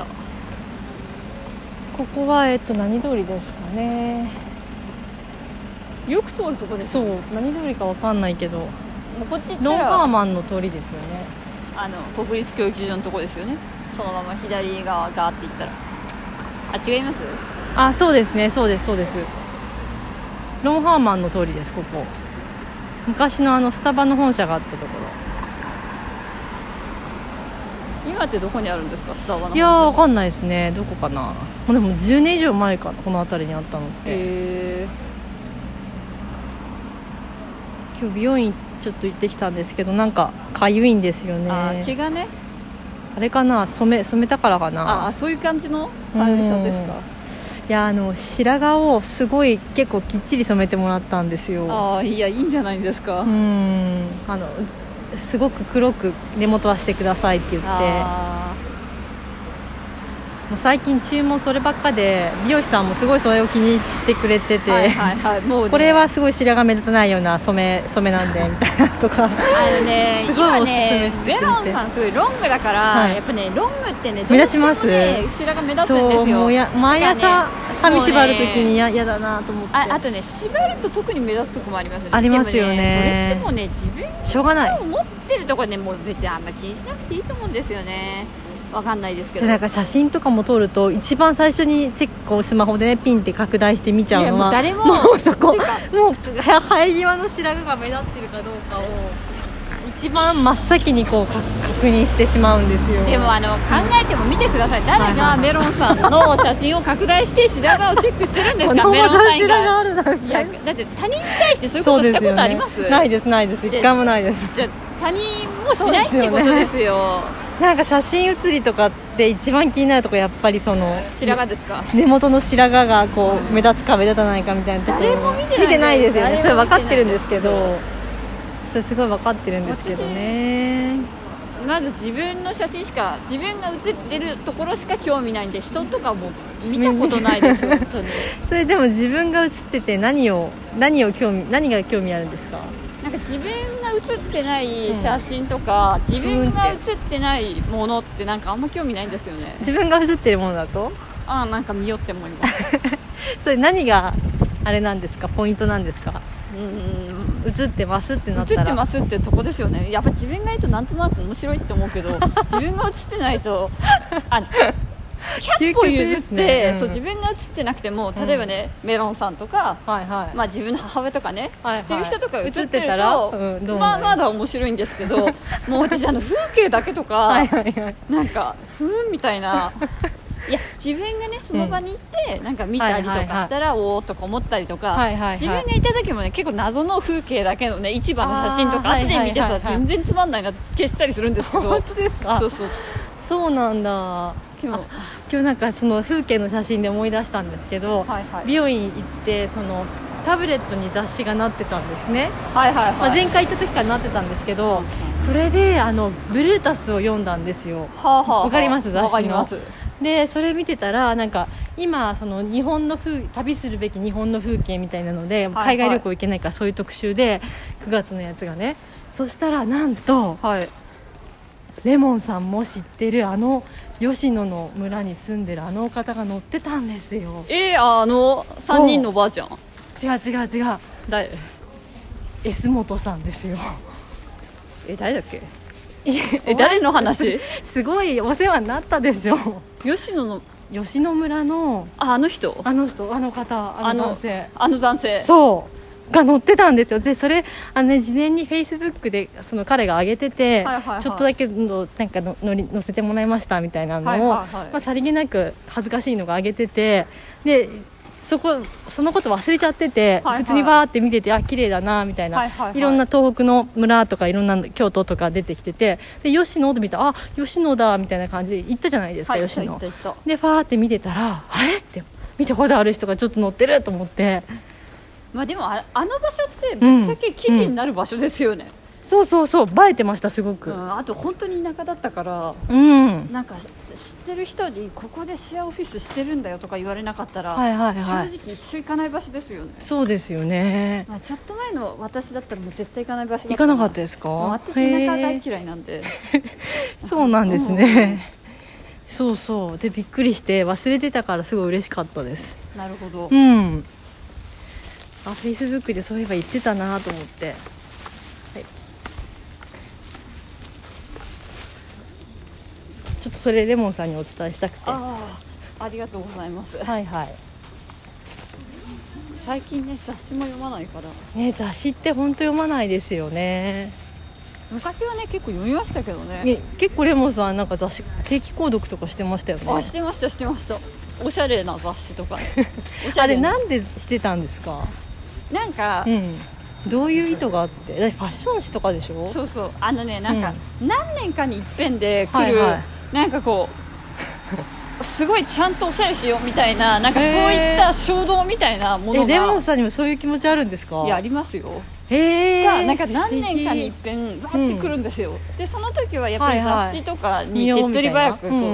Speaker 2: ここはえっと何通りですかね。
Speaker 1: よく通るとこですね。
Speaker 2: そう、何通りかわかんないけど、も
Speaker 1: うこっち行ったら
Speaker 2: ロンハーマンの通りですよね。
Speaker 1: あの国立教育所のとこですよね。そのまま左側ガーって行ったら、あ、違います？
Speaker 2: あ、そうですね、そうですそうです。ロンハーマンの通りです。ここ昔のあのスタバの本社があったところ。
Speaker 1: 今ってどこにあるんですか、スタバの本社？
Speaker 2: いやー、わかんないですね、どこかな。でもじゅうねん以上前かな、この辺りにあったのって。へー、今日美容院ちょっと行ってきたんですけど、なんかかゆいんですよね。
Speaker 1: あ、毛がね、
Speaker 2: あれかな、染め染めたからかな。
Speaker 1: あ、そういう感じのかゆさですか。
Speaker 2: いや、あの白髪をすごい結構きっちり染めてもらったんですよ。
Speaker 1: ああ、いや、いいんじゃないんですか。
Speaker 2: うん、あのすごく黒く根元はしてくださいって言って、もう最近注文そればっかで、美容師さんもすごいそれを気にしてくれてて、はいはいはい、もうね、これはすごい白髪目立たないような染め染めなんでみたいなとかあ
Speaker 1: のね、すごいおすすめしてくれて、レモンさんすごいロングだから、はい、やっぱねロングってね、
Speaker 2: 目立ちます。
Speaker 1: どうしてもね、白髪目立つんですよ。
Speaker 2: そう、もうや毎朝髪縛るときに嫌だなと思って。
Speaker 1: あ, あとね縛ると特に目立つとこもありますよね。
Speaker 2: ありますよね。
Speaker 1: でもねそれってもうね自分
Speaker 2: しょうがない
Speaker 1: 思ってるところねもう別にあんま気にしなくていいと思うんですよね。わかんないですけど。
Speaker 2: なんか写真とかも撮ると一番最初にチェックをスマホでねピンって拡大して見ちゃうのは、
Speaker 1: いやもう誰も
Speaker 2: もうそこもう生え際の白髪が目立ってるかどうかを一番真っ先にこう確認してしまうんですよ。
Speaker 1: でもあの考えても見てください。誰がメロンさんの写真を拡大して白髪をチェックしてるんですか。メロンさん以外。いやだって他人に対してそういうことしたことあります？
Speaker 2: ね、ないですないです一回もないです。
Speaker 1: じゃあ他人もしないってことですよ。
Speaker 2: なんか写真写りとかって一番気になるところやっぱりその
Speaker 1: 白髪ですか。
Speaker 2: 根元の白髪がこう目立つか目立たないかみたいなところ
Speaker 1: 誰も見てない
Speaker 2: 見てないですよね。それ分かってるんですけど、それすごい分かってるんですけどね。
Speaker 1: まず自分の写真しか自分が写ってるところしか興味ないんで人とかも見たことないです本当に。
Speaker 2: それでも自分が写ってて何を何を興味何が興味あるんですか。
Speaker 1: なんか自分が写ってない写真とか、うん、自分が写ってないものってなんかあんま興味ないんですよね。
Speaker 2: 自分が写ってるものだと
Speaker 1: ああなんか見ようって思います
Speaker 2: それ何があれなんですかポイントなんですか。
Speaker 1: うん
Speaker 2: 写ってますってなったら
Speaker 1: 写ってますってとこですよね。やっぱ自分がいるとなんとなく面白いって思うけど自分が写ってないとあのひゃっぽ譲って、ねうん、そう自分が写ってなくても例えばね、うん、メロンさんとか、はいはいまあ、自分の母親とかね、はいはい、知ってる人とか写ってると、うん、まあまだ面白いんですけどもう私あの風景だけとかはいはい、はい、なんかふーんみたいないや自分がねその場に行って、うん、なんか見たりとかしたら、はいはいはい、おーとか思ったりとか、はいはいはい、自分がいた時もね結構謎の風景だけのね市場の写真とか後で見てさ、はいはいはいはい、全然つまんないなって消したりするんですけど
Speaker 2: 本当ですか。
Speaker 1: そうそう
Speaker 2: そうなんだ。でも今日なんかその風景の写真で思い出したんですけど、はいはい、美容院行ってそのタブレットに雑誌がなってたんですね、はいはいはいまあ、前回行った時からなってたんですけど、それであのブルータスを読んだんですよ。わ、はあはあ、かります雑誌の。わかります。でそれ見てたらなんか今その日本の風旅するべき日本の風景みたいなので、はいはい、海外旅行行けないからそういう特集でくがつのやつがね、そしたらなんと、はい、レモンさんも知ってるあの吉野の村に住んでるあの方が乗ってたんですよ。
Speaker 1: えー、あのさんにんのおばあちゃん。
Speaker 2: 違う違う違う
Speaker 1: 誰。
Speaker 2: S 本さんですよ。
Speaker 1: え誰だっけえ誰の話。
Speaker 2: すごいお世話になったでしょ。
Speaker 1: 吉野の
Speaker 2: 吉野村の
Speaker 1: あ, あの人
Speaker 2: あの人あの方あの男性
Speaker 1: あの男性
Speaker 2: そうが乗ってたんですよ。でそれあの、ね、事前にフェイスブックでその彼が上げてて、はいはいはい、ちょっとだけのなんかののり載せてもらいましたみたいなのを、はいはいはいまあ、さりげなく恥ずかしいのが上げてて、でそこそのこと忘れちゃってて、はいはい、普通にバーって見ててあ綺麗だなみたいな、はいはいはい、いろんな東北の村とかいろんな京都とか出てきてて、で吉野と見たらあ吉野だみたいな感じで行ったじゃないですか、はい、吉野でファーって見てたらあれって見たことある人がちょっと乗ってると思って。
Speaker 1: まあ、でも あ, あの場所ってぶっちゃけ記事になる場所ですよね、うんうん、
Speaker 2: そうそうそう映えてましたすごく、
Speaker 1: うん、あと本当に田舎だったから、うん、なんか知ってる人にここでシェアオフィスしてるんだよとか言われなかったら、はいはいはい、正直一生行かない場所ですよね。
Speaker 2: そうですよね、
Speaker 1: まあ、ちょっと前の私だったらもう絶対行かない場所だった。
Speaker 2: 行かなかったですか。
Speaker 1: 私田舎大嫌いなんで
Speaker 2: そうなんですね、うん、そうそうでびっくりして忘れてたからすごい嬉しかったです。
Speaker 1: なるほど、
Speaker 2: うんあフェイスブックでそういえば言ってたなと思って、はい、ちょっとそれレモンさんにお伝えしたくて。
Speaker 1: あありがとうございます。
Speaker 2: はいはい。
Speaker 1: 最近ね雑誌も読まないから、
Speaker 2: ね、雑誌って本当読まないですよね。
Speaker 1: 昔はね結構読みましたけど ね,
Speaker 2: ね結構レモンさんなんか雑誌定期購読とかしてましたよね。
Speaker 1: あしてましたしてました。おしゃれな雑誌とか、ね、
Speaker 2: おしゃれなあれなんでしてたんですか。
Speaker 1: なんか、
Speaker 2: うん、どういう意図があって。ファッション誌とかでしょ。
Speaker 1: そうそうあのねなんか、うん、何年かに一遍で来る、はいはい、なんかこうすごいちゃんとおしゃれしようみたいななんかそういった衝動みたいなものが。
Speaker 2: レモンさんにもそういう気持ちあるんですか。
Speaker 1: いやありますよ。
Speaker 2: へ
Speaker 1: がなんか何年かに一遍バッてくるんですよ、うん、でその時はやっぱり雑誌とかに手っ取り早く、はいはい、そう、うん、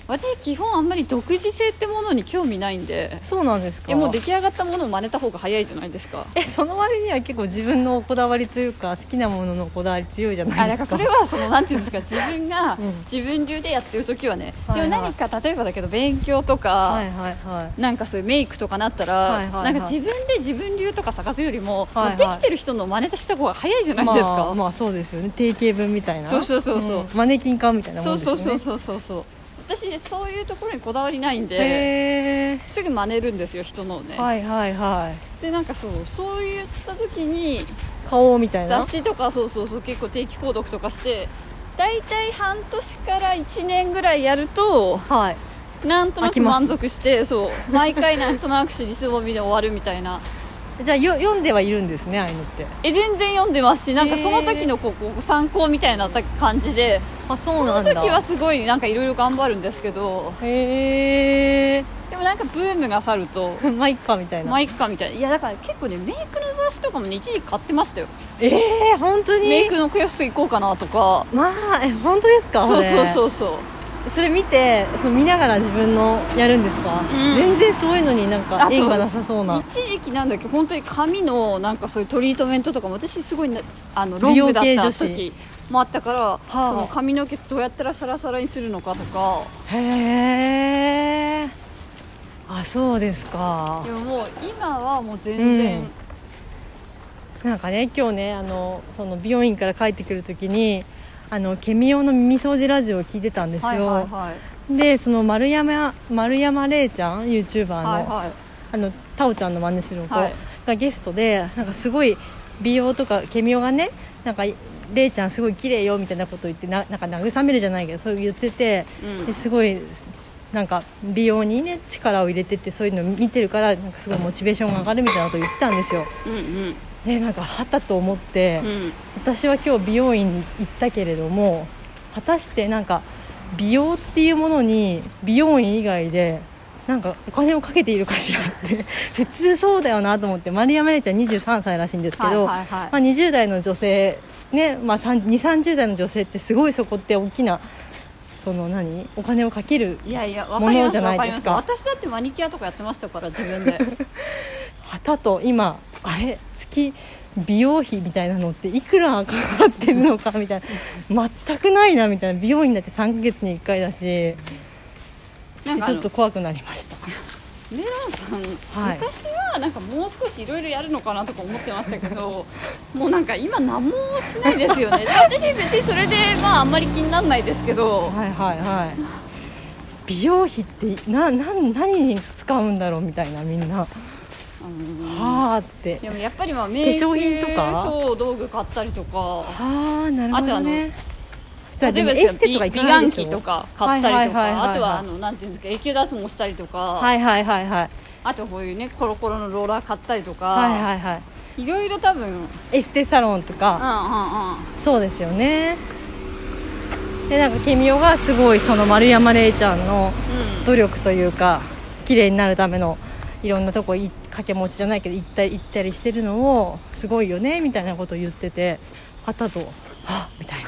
Speaker 1: 私基本あんまり独自性ってものに興味ないんで。
Speaker 2: そうなんですか。
Speaker 1: えもう出来上がったものを真似た方が早いじゃないですか。
Speaker 2: えその割には結構自分のこだわりというか好きなもののこだわり強いじゃないですか。
Speaker 1: あだからそれはそのなんていうんですか自分が
Speaker 2: うん
Speaker 1: 自分流でやってる時はね、
Speaker 2: はいはい
Speaker 1: でも何か例えばだけど勉強とか、
Speaker 2: はいはいはい。
Speaker 1: なんかそういうメイクとかなったら、
Speaker 2: はいはいはい
Speaker 1: なんか自分で自分流とか探すよりも、
Speaker 2: はいはい
Speaker 1: もうできてる人の真似した方が早いじゃないですか。
Speaker 2: まあ、まあそうですよね。定型文みたいな。
Speaker 1: そうそうそうそう、
Speaker 2: んマネキン化みたいなも
Speaker 1: そう
Speaker 2: んですよね。
Speaker 1: そうそうそうそうそう私そういうところにこだわりないんで
Speaker 2: へー
Speaker 1: すぐ真似るんですよ人のをね、
Speaker 2: はいはいはい
Speaker 1: でなんかそうそういった時に
Speaker 2: 顔みたいな。
Speaker 1: 雑誌とかそうそうそう結構定期購読とかしてだいたい半年からいちねんぐらいやると
Speaker 2: はい
Speaker 1: なんとなく
Speaker 2: 飽きます
Speaker 1: 満足してそう毎回なんとなく尻すぼみで終わるみたいな
Speaker 2: じゃあよ読んではいるんですねああいうのって。
Speaker 1: え全然読んでますしなんかその時のこうこう参考みたいな感じで
Speaker 2: あそうなんだ。
Speaker 1: その時はすごいなんかいろいろ頑張るんですけど
Speaker 2: へえ
Speaker 1: でもなんかブームが去ると
Speaker 2: まあいっかみたいな。
Speaker 1: まあいっかみたいないやだから結構ねメイクの雑誌とかもね一時期買ってましたよ。
Speaker 2: ええー、本当に
Speaker 1: メイクの教室行こうかなとか
Speaker 2: まあえ本当ですか。
Speaker 1: そうそう
Speaker 2: う
Speaker 1: そうそう
Speaker 2: それ見てその見ながら自分のやるんですか、
Speaker 1: うん
Speaker 2: 全然そういうのになんか
Speaker 1: あと
Speaker 2: 縁がなさそうな。
Speaker 1: 一時期なんだっけ本当に髪のなんかそういうトリートメントとかも私すごいなあのロングだった
Speaker 2: 美容系女子
Speaker 1: 時もあったから、
Speaker 2: はあ
Speaker 1: その髪の毛どうやったらサラサラにするのかとか
Speaker 2: へえあそうですか
Speaker 1: で。ももう今はもう全然、
Speaker 2: なんかね今日ねあのその美容院から帰ってくるときにあのケミオの耳掃除ラジオを聞いてたんですよ、
Speaker 1: はいはいはい
Speaker 2: でその丸山丸山礼ちゃん YouTuber の、
Speaker 1: はいはい
Speaker 2: あのタオちゃんの真似する子
Speaker 1: はい
Speaker 2: がゲストで、なんかすごい美容とかケミオがねなんかレイちゃんすごい綺麗よみたいなことを言ってななんか慰めるじゃないけどそう言ってて、
Speaker 1: うん
Speaker 2: ですごいなんか美容にね力を入れててそういうの見てるからなんかすごいモチベーションが上がるみたいなことを言ってたんですよ。
Speaker 1: うんうん
Speaker 2: でなんかはたと思って、
Speaker 1: うん
Speaker 2: 私は今日美容院に行ったけれども果たしてなんか美容っていうものに美容院以外でなんかお金をかけているかしらって普通そうだよなと思って。丸山礼ちゃんにじゅうさんさいらしいんですけど、
Speaker 1: はいはいはい
Speaker 2: まあ、にじゅう代の女性ね、まあ、にじゅう、さんじゅう代の女性ってすごいそこって大きなその何お金をかける
Speaker 1: いやいやわ
Speaker 2: も
Speaker 1: かります
Speaker 2: のじゃないですか。
Speaker 1: わかります私だってマニキュアとかやってましたから自分で
Speaker 2: はたと今あれ月美容費みたいなのっていくらかかってるのかみたいな全くないなみたいな。美容院だってさんかげつにいっかいだし
Speaker 1: なんかあの
Speaker 2: ちょっと怖くなりました。
Speaker 1: メロンさん、
Speaker 2: はい
Speaker 1: 昔はなんかもう少しいろいろやるのかなとか思ってましたけどもうなんか今何もしないですよね私別にそれでまああんまり気にならないですけど
Speaker 2: はいはいはい美容費ってなな何に使うんだろうみたいなみんな
Speaker 1: うん
Speaker 2: はあって
Speaker 1: でもやっぱりまあメイク
Speaker 2: 化粧品とか
Speaker 1: そう道具買ったりとか
Speaker 2: はあなるほどね。じゃあ
Speaker 1: 例えば
Speaker 2: でもエステとか行
Speaker 1: 美
Speaker 2: かないでしょ。
Speaker 1: 顔器とか買ったりと
Speaker 2: はいはいはいはいはい
Speaker 1: かあとはあのなんていうんですか永久脱毛したりとか、
Speaker 2: はいはいはいはい
Speaker 1: あとこういうねコロコロのローラー買ったりとか、
Speaker 2: はいはいはい
Speaker 1: いろいろ多分うんうん
Speaker 2: エステサロンとか
Speaker 1: うん
Speaker 2: そうですよね。でなんかケミオがすごいその丸山礼ちゃんの
Speaker 1: うん
Speaker 2: 努力というか綺麗になるためのいろんなとこい掛け持ちじゃないけど行ったり行ったりしてるのをすごいよねみたいなことを言っててはたとはっみたいな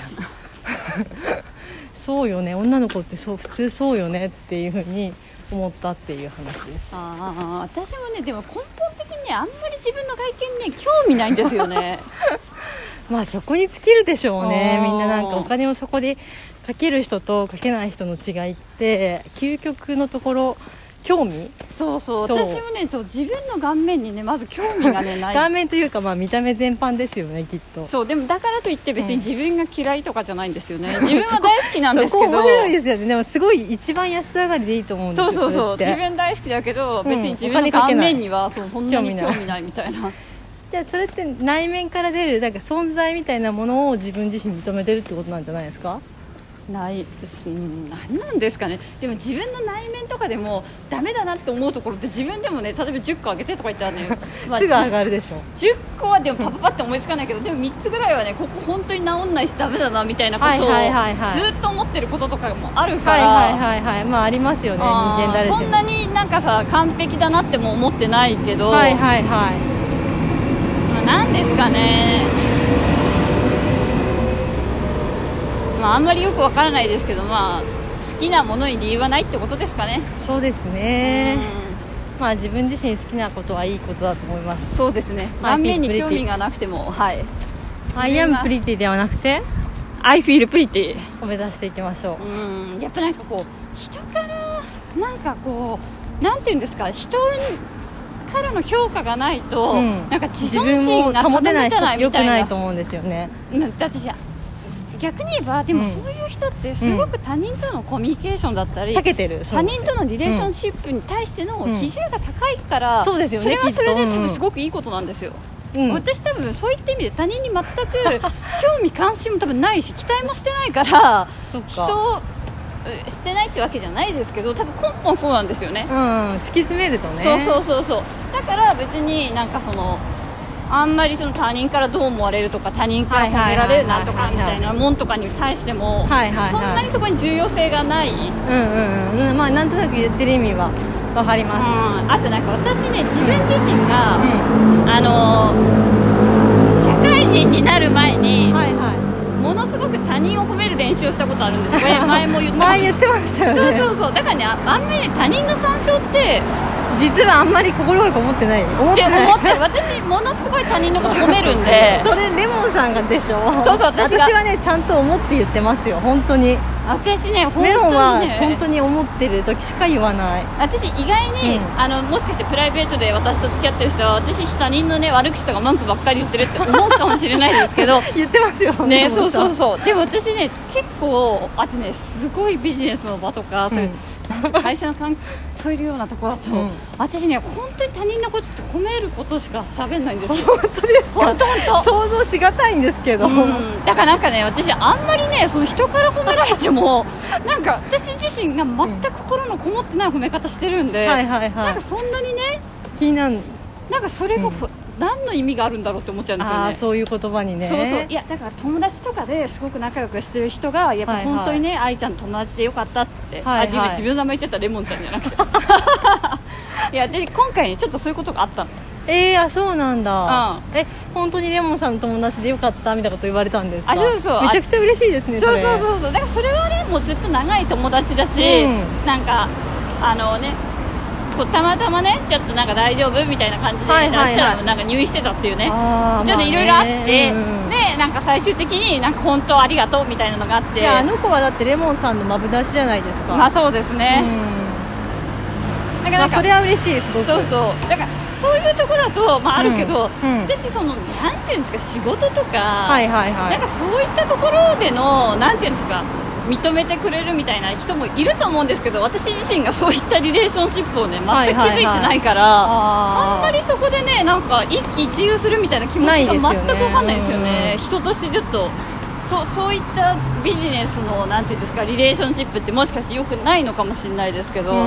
Speaker 2: そうよね女の子ってそう普通そうよねっていうふうに思ったっていう話です。
Speaker 1: ああ私もねでも根本的にねあんまり自分の外見ね興味ないんですよね
Speaker 2: まあそこに尽きるでしょうね。
Speaker 1: あー
Speaker 2: みんななんかお金をそこでかける人とかけない人の違いって究極のところ興味
Speaker 1: そうそう
Speaker 2: そう
Speaker 1: 私もねそう自分の顔面にねまず興味がねない
Speaker 2: 顔面というかまあ見た目全般ですよねきっと。
Speaker 1: そうでもだからといって別に自分が嫌いとかじゃないんですよね、自分は大好きなんですけど
Speaker 2: そこ面白いですよね。でもすごい一番安上がりでいいと思うんですよ。
Speaker 1: そうそうそう
Speaker 2: れって
Speaker 1: 自分大好きだけど、
Speaker 2: うん
Speaker 1: 別に自分の顔面にはそうそんなに
Speaker 2: 興味ない
Speaker 1: 興味ないみたいな
Speaker 2: じゃあそれって内面から出るなんか存在みたいなものを自分自身認めてるってことなんじゃないですか。
Speaker 1: ないうん何なんですかね。でも自分の内面とかでもダメだなって思うところって自分でもね例えばじゅっこあげてとか言ったらね、まあ
Speaker 2: すぐ上がるでしょ。
Speaker 1: じゅっこはでもパパパって思いつかないけどでもみっつぐらいはねここ本当に治んないしダメだなみたいなことを
Speaker 2: はいはいはいはい
Speaker 1: ずっと思ってることとかもあるから、
Speaker 2: はいはいはいはいまあありますよね人
Speaker 1: あー
Speaker 2: 間誰しも。
Speaker 1: そんなになんかさ完璧だなっても思ってないけど、
Speaker 2: はいはいはい
Speaker 1: まあ、なんですかね、まあ、あんまりよくわからないですけど、まあ、好きなものに理由はないってことですかね。
Speaker 2: そうですね、まあ自分自身好きなことはいいことだと思います。
Speaker 1: そうですね、顔面に興味がなくても、はい、
Speaker 2: I am pretty ではなくて
Speaker 1: I feel pretty
Speaker 2: を目指していきましょう。
Speaker 1: うん、やっぱなんかこう人からなんかこうなんていうんですか、人からの評価がないと、うん、なんか自尊心が保てない人って良くないと思うんですよね。だって逆に言えばでもそういう人ってすごく他人とのコミュニケーションだったり、うん、てる他人とのリレーションシップに対しての比重が高いから、うん、そうですよね、それはそれで多分すごくいいことなんですよ。うん、私多分そういった意味で他人に全く興味関心も多分ないし期待もしてないから人をしてないってわけじゃないですけど、多分根本そうなんですよね、うん、突き詰めるとね。そうそうそうそう、だから別になんかそのあんまりその他人からどう思われるとか他人から褒められるなとかみたいなもんとかに対してもそんなにそこに重要性がない。うんうんうん、まあなんとなく言ってる意味はわかります、うん、あとなんか私ね自分自身が、うん、あのー、社会人になる前に、はいはい、ものすごく他人を褒める練習をしたことあるんですよ。前も言ってました前言ってましたよね。そうそうそう、だからね あ, あんまり、ね、他人の参照って実はあんまり心がこもってない思ってない思ってる私ものすごい他人のこと褒めるんでそれレモンさんがでしょ。そうそう、私が私はねちゃんと思って言ってますよ本当に。私ね本当にねメロンは本当に思ってる時しか言わない。私意外に、うん、あのもしかしてプライベートで私と付き合ってる人は私他人のね悪口とか文句ばっかり言ってるって思うかもしれないですけど言ってますよね。そうそうそう、でも私ね結構あとねすごいビジネスの場とか、うん、そういう会社の関係といるようなところだと、うん、私ね本当に他人のことって褒めることしか喋んないんですよ。本当ですか。本当本当想像しがたいんですけど、うん、だからなんかね私あんまりねその人から褒められてもなんか私自身が全く心のこもってない褒め方してるんで、うんはいはいはい、なんかそんなにね気になるなんかそれが、うん、何の意味があるんだろうって思っちゃうんですよね。あそういう言葉にね。そうそう、いやだから友達とかですごく仲良くしてる人がやっぱ本当にね、はいはい、愛ちゃん友達でよかったって、はいはい、あ自分の名前言っちゃったレモンちゃんじゃなくていやで今回ねちょっとそういうことがあったの。えー、あそうなんだ、うん、え本当にレモンさんの友達でよかったみたいなこと言われたんですか。あそうそうめちゃくちゃ嬉しいですね。そうそうそうそう、だからそれはねもうずっと長い友達だし、うん、なんかあのねこうたまたまねちょっとなんか大丈夫みたいな感じで出したらなんか入院してたっていうね、ちょっといろいろあって、うん、でなんか最終的になんか本当ありがとうみたいなのがあって、いやあの子はだってレモンさんのマブダシじゃないですか。まあそうですね、うん、だからなんか、まあ、それは嬉しいですごく。そうそうだからそういうところだと、まあ、あるけど、うんうん、私そのなんていうんですか仕事とか、はいはいはい、なんかそういったところでのなんていうんですか認めてくれるみたいな人もいると思うんですけど、私自身がそういったリレーションシップをね全く気づいてないから、はいはいはい、あ, あんまりそこでねなんか一喜一憂するみたいな気持ちが全く分かんないですよね。人としてちょっとそ う, そういったビジネスのなんていうんですかリレーションシップってもしかして良くないのかもしれないですけど、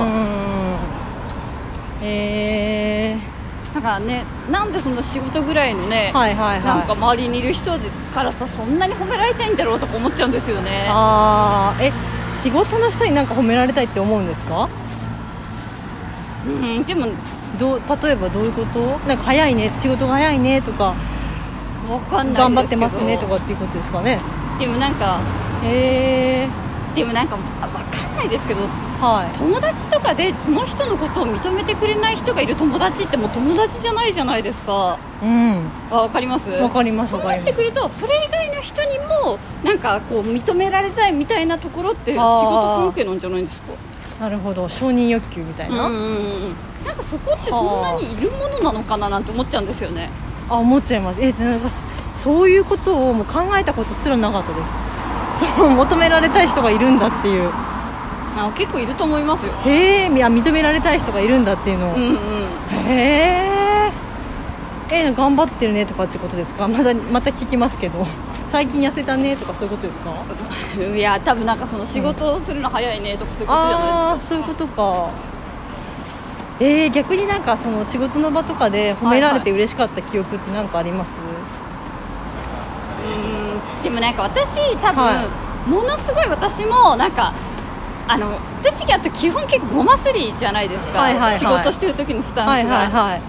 Speaker 1: へーだからね、なんでそんな仕事ぐらいのね、はいはいはい、なんか周りにいる人からさそんなに褒められたいんだろうとか思っちゃうんですよね。あえ仕事の人になんか褒められたいって思うんですか。うんでもどう例えばどういうこと。なんか早いね仕事が早いねとかわかんないですけど頑張ってますねとかっていうことですかね。でもなんかへーでもなんかわかんないですけど、はい、友達とかでその人のことを認めてくれない人がいる友達ってもう友達じゃないじゃないですか。うんわかりますわかります。そうなってくるとそれ以外の人にもなんかこう認められたいみたいなところって仕事関係なんじゃないですか。なるほど承認欲求みたいな、うんうんうん、なんかそこってそんなにいるものなのかななんて思っちゃうんですよね。あ思っちゃいます。えなんかそういうことをもう考えたことすらなかったです。そう求められたい人がいるんだっていうあ結構いると思いますよ。へえ認められたい人がいるんだっていうのを、うんうん、へええ頑張ってるねとかってことですか。まだまた聞きますけど最近痩せたねとかそういうことですか。いや多分なんかその仕事をするの早いねとかそういうことじゃないですか、うん、あそういうことか。えー、逆になんかその仕事の場とかで褒められて嬉しかった記憶って何かあります。はいはい、うんでもなんか私多分、はい、ものすごい私もなんかあの私が基本結構ごますりじゃないですか、はいはいはい、仕事してる時のスタンスが、はいはいはい、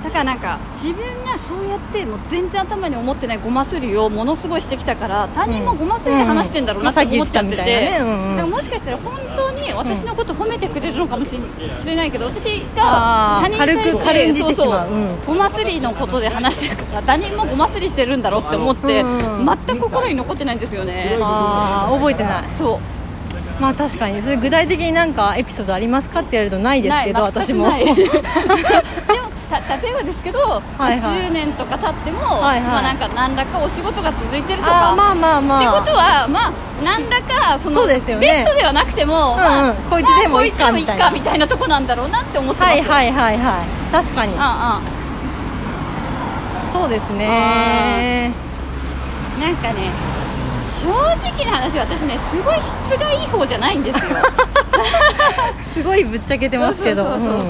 Speaker 1: だからなんか自分がそうやってもう全然頭に思ってないごますりをものすごいしてきたから他人もごますりで話してんだろうなって思っちゃってて、もしかしたら本当に私のこと褒めてくれるのかもしれないけど、私が他人に対してそうそうごますりのことで話してるから他人もごますりしてるんだろうって思って全く心に残ってないんですよね。
Speaker 2: あー覚えてない。
Speaker 1: そう
Speaker 2: まあ確かにそれ具体的に何かエピソードありますかって言われるとないですけど、私も
Speaker 1: でもた例えばですけど、はいはい、じゅうねんとか経っても、はいはい、まあ、なんか何らかお仕事が続いてるとか、
Speaker 2: あまあまあまあ
Speaker 1: ってことは、まあ、何らかその
Speaker 2: そうですよね、
Speaker 1: ベストではなくても、うんうん、まあ、
Speaker 2: こいつでもいいかみたいな、
Speaker 1: まあ、こいつでもいいかみたいなとこなんだろうなって思ってますよ。
Speaker 2: はいはいはいはい、確かに、
Speaker 1: ああ
Speaker 2: そうですね。
Speaker 1: なんかね正直な話、私ねすごい質がいい方じゃないんですよ
Speaker 2: すごいぶっちゃけてますけど、
Speaker 1: そうそうそうそう、うん、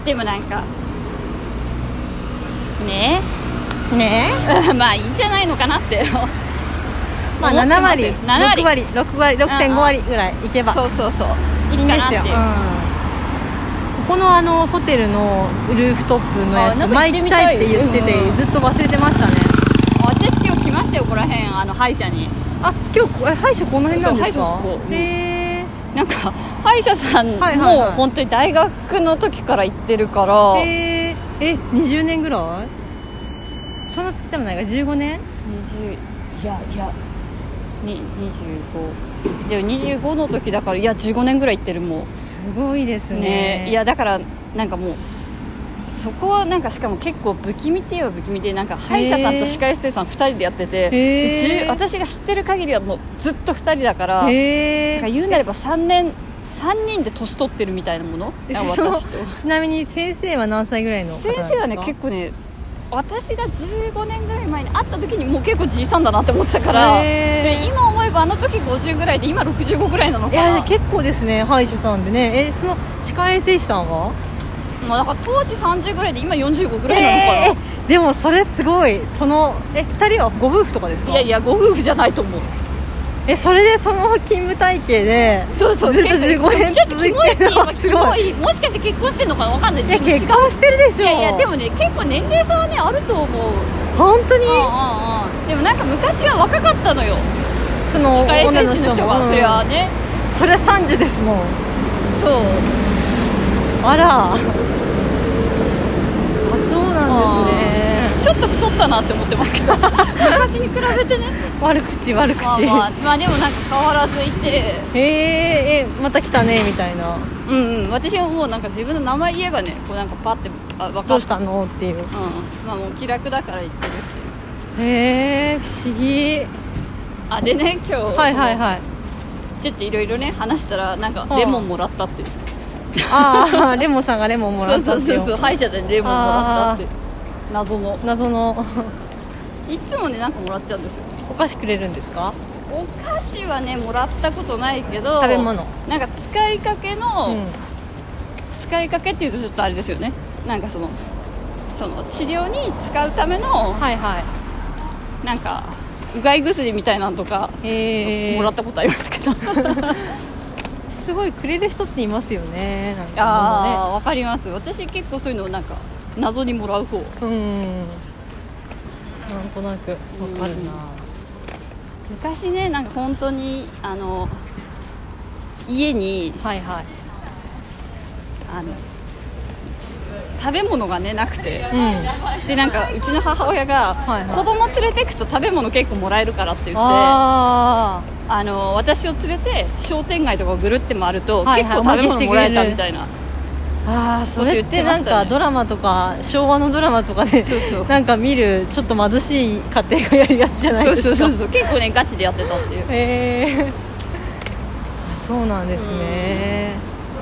Speaker 1: でもなんかねえねえまあいいんじゃないのかなって
Speaker 2: まあななわりななわりろくわりろくわり ろくてんご 割ぐらいいけば、
Speaker 1: そうそうそう
Speaker 2: いいんですよ、うん、ここのあのホテルのルーフトップのやつ前行きたいって言ってて、うんうん、ずっと忘れてましたね。
Speaker 1: 私今日来ましたよ、ここら辺、あの歯医者に。
Speaker 2: あ、今日歯医者この辺なんですか。
Speaker 1: へー、なんか歯医者さんも、はいはいはい、本当に大学の時から行ってるから。
Speaker 2: へー、えにじゅうねんぐらい、そんなでもないか、じゅうごねん、にじゅう、
Speaker 1: いやいやににじゅうごでもにじゅうごの時だから、いやじゅうごねんぐらい行ってる。もう
Speaker 2: すごいです ね,
Speaker 1: ね。いやだからなんかもうそこはなんかしかも結構不気味って言えば不気味で、なんか歯医者さんと歯科衛生士さんふたりでやってて、で私が知ってる限りはもうずっとふたりだから、なんか言うなればさんねんさんにんで年取ってるみたいなもの。私と
Speaker 2: ちなみに先生は何歳ぐらいの方なんですか。
Speaker 1: 先生はね結構ね、私がじゅうごねんぐらい前に会った時にもう結構じいさんだなって思ってたから、で今思えばあの時ごじゅうぐらいで今ろくじゅうごぐらいなのかな。
Speaker 2: いや結構ですね、歯医者さんでね。えその歯科衛生士さんは
Speaker 1: まあ、だから当時さんじゅうぐらいで今よんじゅうごぐらいなのかな、え
Speaker 2: ー、でもそれすごい。そのえふたりはご夫婦とかですか。
Speaker 1: いやいやご夫婦じゃないと思う。
Speaker 2: えそれでその勤務体系で
Speaker 1: そうそう
Speaker 2: ずっとじゅうごねん続いてるのはすごい。
Speaker 1: もしかして結婚してるのかな分かんない。
Speaker 2: いや結婚してるでしょ。
Speaker 1: いやいやでもね結構年齢差はねあると思う。
Speaker 2: 本当に。
Speaker 1: ああああでもなんか昔は若かったのよ、
Speaker 2: その
Speaker 1: 歯科衛生士の人が、うん、それはね
Speaker 2: それはさんじゅうですもん。
Speaker 1: そう
Speaker 2: あらなんですね。
Speaker 1: ちょっと太ったなって思ってますけど昔に比べてね。
Speaker 2: 悪口悪口。
Speaker 1: まあ、まあ、まあでもなんか変わらずいて、
Speaker 2: えー、えまた来たねみたいな。
Speaker 1: うんうん、私はもうなんか自分の名前言えばねこうなんかパッてあ分かった
Speaker 2: どうしたのっていう、うん、
Speaker 1: まあもう気楽だから言ってるっていう。
Speaker 2: へえ不思議。
Speaker 1: あでね今日
Speaker 2: はいはいはい
Speaker 1: ちょっといろいろね話したらなんかレモンもらったっていう。
Speaker 2: ああレモンさんがレモンもらったっていう。
Speaker 1: そうそうそう歯医者でレモンもらったって謎の
Speaker 2: 謎の
Speaker 1: いつもねなんかもらっちゃうんですよ。
Speaker 2: お菓子くれるんですか。
Speaker 1: お菓子はねもらったことないけど、
Speaker 2: 食べ物
Speaker 1: なんか使いかけの、うん、使いかけっていうとちょっとあれですよね。なんかそのその治療に使うための、はいはい、なんかうがい薬みたいなのとかもらったことありますけど
Speaker 2: すごいくれる人っていますよね。なんかね、
Speaker 1: ああ分かります。私結構そういうのをなんか謎にもらう方。うん
Speaker 2: なんとなく分かるな。
Speaker 1: 昔ねなんか本当にあの家に、はいはい、あの食べ物がねなくて、うん、でなんかうちの母親が、はいはい、子供連れてくと食べ物結構もらえるからって言ってああの私を連れて商店街とかをぐるって回ると、はいはい、結構食べ物もらえたみたいな。
Speaker 2: あそれってなんかドラマとか昭和のドラマとかでそうそうなんか見るちょっと貧しい家庭がやるやつじゃないですか。
Speaker 1: そうそうそうそう結構ねガチでやってたっていう。
Speaker 2: へえー、そうなんですね。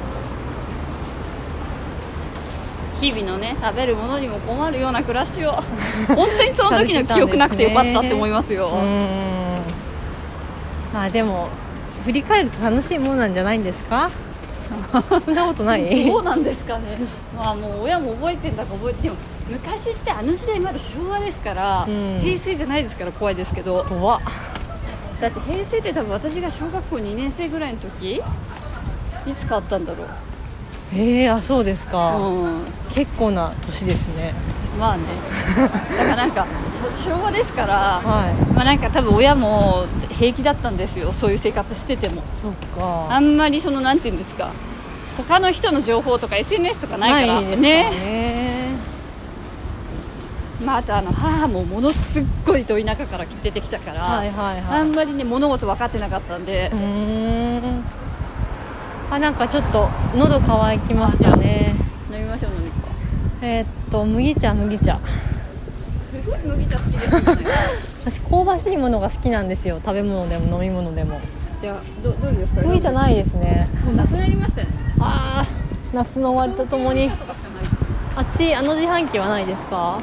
Speaker 1: 日々のね食べるものにも困るような暮らしを本当にその時の記憶なくてよかったって思いますよ。
Speaker 2: うんまあでも振り返ると楽しいものなんじゃないんですか。そんなことない
Speaker 1: そうなんですかね。まあもう親も覚えてんだか覚えてでも昔ってあの時代まだ昭和ですから、うん、平成じゃないですから怖いですけど。
Speaker 2: 怖っ。
Speaker 1: だって平成って多分私が小学校にねん生ぐらいの時いつかあったんだろう。
Speaker 2: ええー、あそうですか、
Speaker 1: うん、
Speaker 2: 結構な年ですね。
Speaker 1: まあねだからなんか昭和ですから、
Speaker 2: はい、
Speaker 1: まあ、なんか多分親も平気だったんですよ、そういう生活してても。
Speaker 2: そっか、
Speaker 1: あんまりそのなんていうんですか、他の人の情報とか エスエヌエス とかないから
Speaker 2: ないですから
Speaker 1: ね。
Speaker 2: ね。
Speaker 1: まあ、あとあの母もものすっごいど田舎から出てきたから、
Speaker 2: はいはいはい、
Speaker 1: あんまりね物事分かってなかったんで。
Speaker 2: うーん、あなんかちょっと喉乾きましたね。
Speaker 1: 飲みましょう。何か
Speaker 2: えー、っと麦茶麦茶
Speaker 1: すごい麦茶好きですよね
Speaker 2: 私香ばしいものが好きなんですよ、食べ物でも飲み物でも。
Speaker 1: じゃあ ど, どれですか。
Speaker 2: 麦茶ないですね。
Speaker 1: もうなくなりましたね。
Speaker 2: ああ夏の終わりとともに。あっちあの自販機はないですか。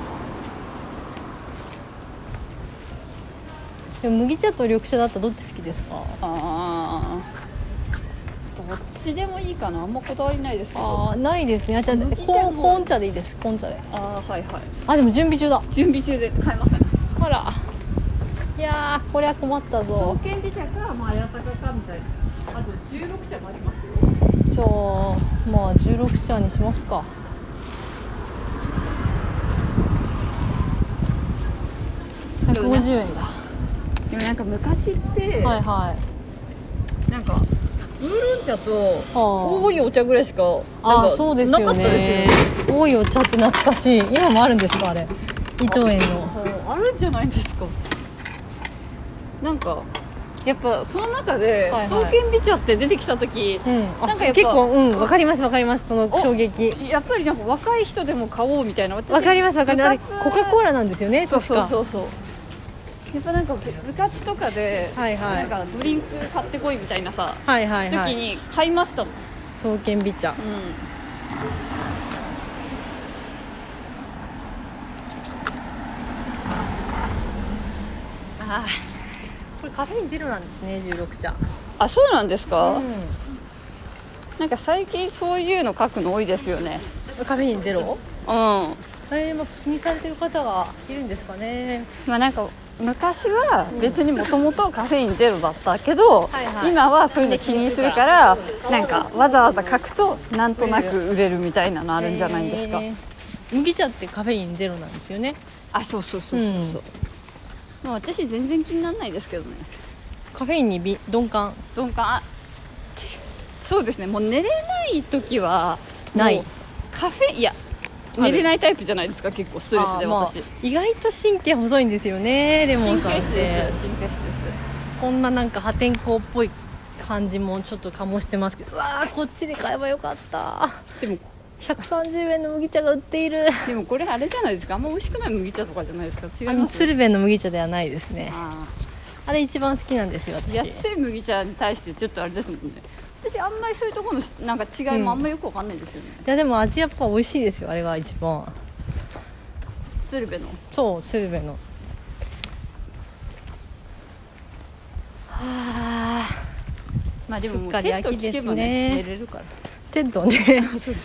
Speaker 2: でも麦茶と緑茶だったらどっち好きですか。
Speaker 1: ああどっちでもいいかな、あんまこだわりないですけど。
Speaker 2: あないですね。あじゃあ
Speaker 1: 麦茶も
Speaker 2: コーン茶でいいです。コーン茶で。
Speaker 1: ああはいはい、
Speaker 2: あでも準備中だ。
Speaker 1: 準備中で買えますかね。
Speaker 2: あらいやーこれは困った
Speaker 1: 創
Speaker 2: ぞ。
Speaker 1: 建美茶か、まあ、綾鷹かみたいな。あとじゅうろく茶もありますよ。
Speaker 2: じゃあまあじゅうろく茶にしますか。ひゃくごじゅうえんだ。
Speaker 1: でもなんか昔って、
Speaker 2: はいはい
Speaker 1: なんかウーロン茶と
Speaker 2: あ
Speaker 1: 多いお茶ぐらいしか
Speaker 2: ああ
Speaker 1: なんか
Speaker 2: そうですよね。
Speaker 1: なかったですよ。
Speaker 2: 多いお茶って懐かしい。今もあるんですかあれ。伊藤園の。
Speaker 1: ああるんじゃないですか。なんかやっぱその中で
Speaker 2: はいはい
Speaker 1: 創建美茶って出てきた時、
Speaker 2: うん、
Speaker 1: なんかやっぱ
Speaker 2: 結構うんわかりますわかります。その衝撃
Speaker 1: やっぱりなんか若い人でも買おうみたいな。私
Speaker 2: わかりますわかります。あれ
Speaker 1: 部活
Speaker 2: コカ・コーラなんですよね。
Speaker 1: そうそう
Speaker 2: 確か
Speaker 1: そうそう。やっぱなんか部活とかで、
Speaker 2: はいはい
Speaker 1: なんかドリンク買ってこいみたいなさ、
Speaker 2: はいはいはい
Speaker 1: 時に買いましたもん。
Speaker 2: 創建美茶。
Speaker 1: うん
Speaker 2: あこれカフェインゼロなんですねじゅうろく茶。
Speaker 1: あ、そうなんですか、
Speaker 2: うん
Speaker 1: なんか最近そういうの書くの多いですよね。
Speaker 2: カフェインゼロ。
Speaker 1: うん
Speaker 2: えー、まあ気にされてる方がいるんですかね。
Speaker 1: まあなんか昔は別にもともとカフェインゼロだったけど、
Speaker 2: はいはい
Speaker 1: 今はそういうの気にするからなんかわざわざ書くとなんとなく売れるみたいなのあるんじゃないですか、
Speaker 2: えー麦茶ってカフェインゼロなんですよね。
Speaker 1: あ、そうそうそうそうそう、まあ、私全然気にならないですけどね。
Speaker 2: カフェインにび鈍感
Speaker 1: 鈍感。あそうですね、もう寝れない時は
Speaker 2: ない
Speaker 1: もうカフェいや
Speaker 2: ある
Speaker 1: 寝れないタイプじゃないですか。結構ストレスで
Speaker 2: あーまあ
Speaker 1: 私、
Speaker 2: 意外と神経細いんですよねレモンさんっ
Speaker 1: 神経質
Speaker 2: て。
Speaker 1: です神経質です。
Speaker 2: こんななんか破天荒っぽい感じもちょっと醸してますけど、うわーこっちで買えばよかった。
Speaker 1: でも
Speaker 2: ひゃくさんじゅうえんの麦茶が売っている。
Speaker 1: でもこれあれじゃないですか、あんま美味しくない麦茶とかじゃないですか。違
Speaker 2: あの
Speaker 1: います
Speaker 2: 鶴瓶の麦茶ではないですね。
Speaker 1: あ
Speaker 2: あれ一番好きなんですよ私。
Speaker 1: 安い麦茶に対してちょっとあれですもんね。私あんまりそういうところのなんか違いもあんまよくわかんないんですよね、
Speaker 2: いやでも味やっぱ美味しいですよあれが一番。
Speaker 1: 鶴瓶の。
Speaker 2: そう鶴瓶の。はあ
Speaker 1: まあでもも
Speaker 2: すっかり
Speaker 1: うテッド
Speaker 2: 秋ですね
Speaker 1: 聞けばね寝れるから。
Speaker 2: テッドね
Speaker 1: そうそう。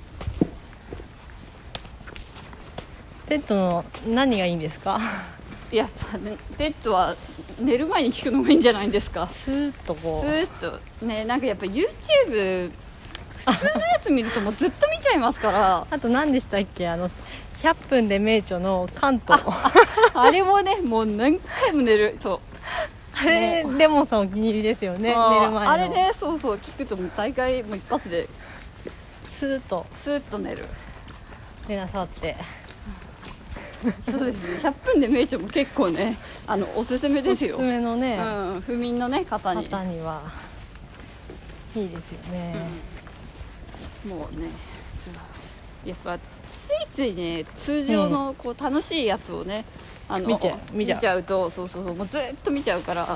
Speaker 2: テッドの何がいいんですか。
Speaker 1: やっぱねテッドは寝る前に聞くのがいいんじゃないんですか。
Speaker 2: スーッとこう
Speaker 1: スーッとね、なんかやっぱ YouTube 普通のやつ見るともうずっと見ちゃいますから
Speaker 2: あと何でしたっけあのひゃっぷんで名著の関東
Speaker 1: あれもねもう何回も寝る。そう
Speaker 2: あれレモンさんお気に入りですよね。寝る
Speaker 1: あー
Speaker 2: 前の
Speaker 1: あれね、そうそう聞くともう大概もう一発で
Speaker 2: スーッと
Speaker 1: スーッと寝る。
Speaker 2: 寝なさって
Speaker 1: そうですね、ひゃっぷんで名著も結構ねあのおすすめですよ。
Speaker 2: おすすめのね、
Speaker 1: うん、不眠のね方に
Speaker 2: 方にはいいですよね、
Speaker 1: もうねそうやっぱついついね通常のこう楽しいやつをね、あの
Speaker 2: 見ちゃう見ちゃう
Speaker 1: とそうそうそうもうずっと見ちゃうから。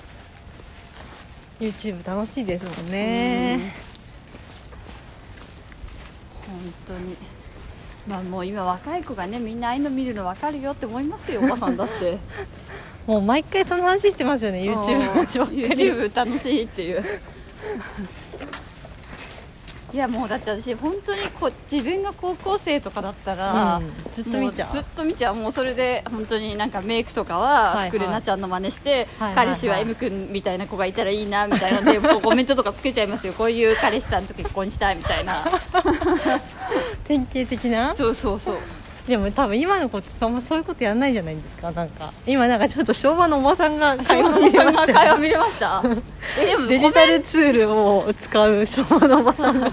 Speaker 2: YouTube 楽しいですもんね。
Speaker 1: 本当にまあもう今若い子がねみんなああいうの見るの分かるよって思いますよおばさんだって
Speaker 2: もう毎回その話してますよね YouTube の話ばっかり
Speaker 1: YouTube 楽しいっていういやもうだって私本当にこ自分が高校生とかだったら、
Speaker 2: うん、ずっと見ちゃう
Speaker 1: ずっと見ちゃう。もうそれで本当になんかメイクとかはスクレナちゃんの真似して、はいはい、彼氏は M 君みたいな子がいたらいいなみたいなので、こうコメントとかつけちゃいますよ。こういう彼氏さんと結婚したいみたいな
Speaker 2: 典型的な。
Speaker 1: そうそうそう。
Speaker 2: でも多分今の子ってそんなそういうことやらないじゃないですか。なんか今なんかちょっと昭和のおばさんが
Speaker 1: 会話見れました会話見れましたえでも
Speaker 2: デジタルツールを使う昭和のおばさんが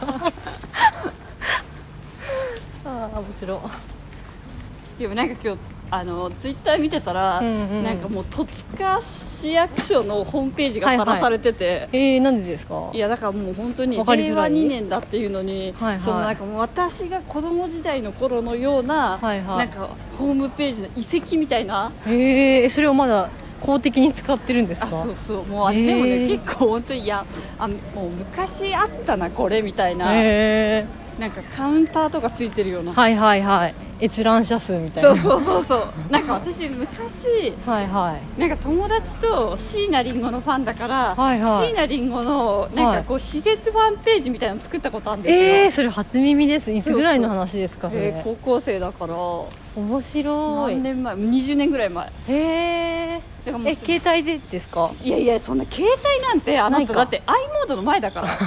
Speaker 2: ああ面白い。
Speaker 1: でもなんか今日あのツイッター見てたら、うんうん、なんかもう戸塚市役所のホームページがさらされてて、はいはい、
Speaker 2: えー、なんでですか。
Speaker 1: いやだからもう本当にれいわにねんだっていうのに、はいはい、そのなんかもう私が子供時代の頃のような、はいはい、なんかホームページの遺跡みたいな。
Speaker 2: えー、それをまだ公的に使ってるんですか。
Speaker 1: あそうそうもう、えー、でもね結構本当にいやあもう昔あったなこれみたいな、えー、なんかカウンターとかついてるような。
Speaker 2: はいはいはい閲覧者数みたいな。
Speaker 1: そうそうそうそうなんか私昔
Speaker 2: はいはい
Speaker 1: なんか友達と椎名林檎のファンだから、はいはい、椎名林檎のなんかこう施設ファンページみたいなの作ったことあるんですよ。
Speaker 2: えー、それ初耳です。いつぐらいの話ですか。それ、
Speaker 1: えー、高校生だから
Speaker 2: 面白い。
Speaker 1: 何年前にじゅうねんぐらい前。
Speaker 2: へえー、え携帯でですか。
Speaker 1: いやいやそんな携帯なんてあなただって i モードの前だから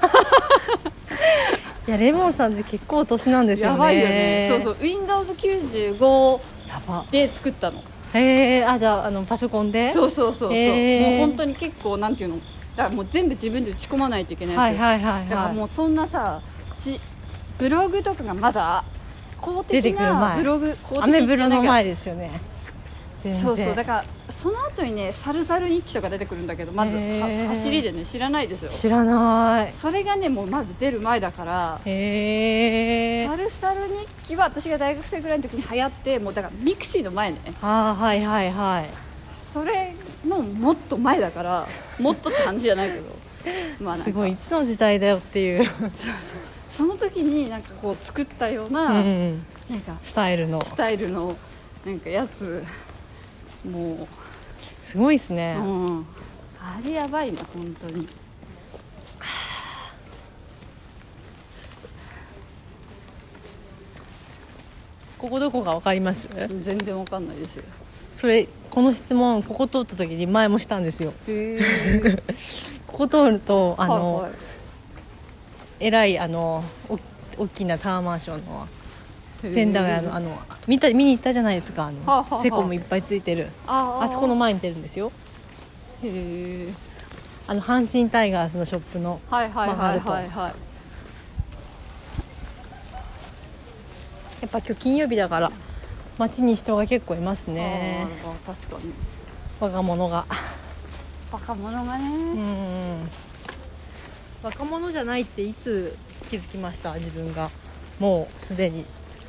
Speaker 2: いやレモンさんって結構年なんですよね。
Speaker 1: やばいよね。そうそう ウィンドウズきゅうじゅうご で作ったの。
Speaker 2: へえ。あじゃあ、あのパソコンで。
Speaker 1: そうそうそうそう。もう本当に結構なんていうのだからもう全部自分で打ち込まないといけないやつ。はいはいはい、はい、だからもうそんなさちブログとかがまだ公的なブログ公的
Speaker 2: アメブロの前ですよね。
Speaker 1: そうそうだからその後にねサルサル日記とか出てくるんだけどまず走りでね知らないですよ。
Speaker 2: 知らない。
Speaker 1: それがねもうまず出る前だから
Speaker 2: へ
Speaker 1: サルサル日記は私が大学生ぐらいの時に流行ってもうだからミクシーの前ね。
Speaker 2: あはいはいはい
Speaker 1: それのもっと前だからもっとって感じじゃないけど
Speaker 2: まあなんかすごいいつの時代だよっていうそうそう
Speaker 1: その時になんかこう作ったような、うん、なんか
Speaker 2: スタイルの
Speaker 1: スタイルのなんかやつもう
Speaker 2: すごいですね、
Speaker 1: うん、あれやばいな本当に。
Speaker 2: ここどこか分かります？
Speaker 1: 全然分かんないですよ。
Speaker 2: それこの質問ここ通った時に前もしたんですよ。へここ通るとあの、はいはい、えらいあのお大きなタワーマンションの千駄ヶ谷のあの 見, た見に行ったじゃないですか。あの、はあはあ、セコもいっぱいついてる あ, あそこの前に出るんですよ。へえ。あの阪神タイガースのショップの曲がるとやっぱ今日金曜日だから街に人が結構いますね。
Speaker 1: あ確かに
Speaker 2: 若者が
Speaker 1: 若者がね。
Speaker 2: うん若者じゃないっていつ気づきました？自分がもうすでに。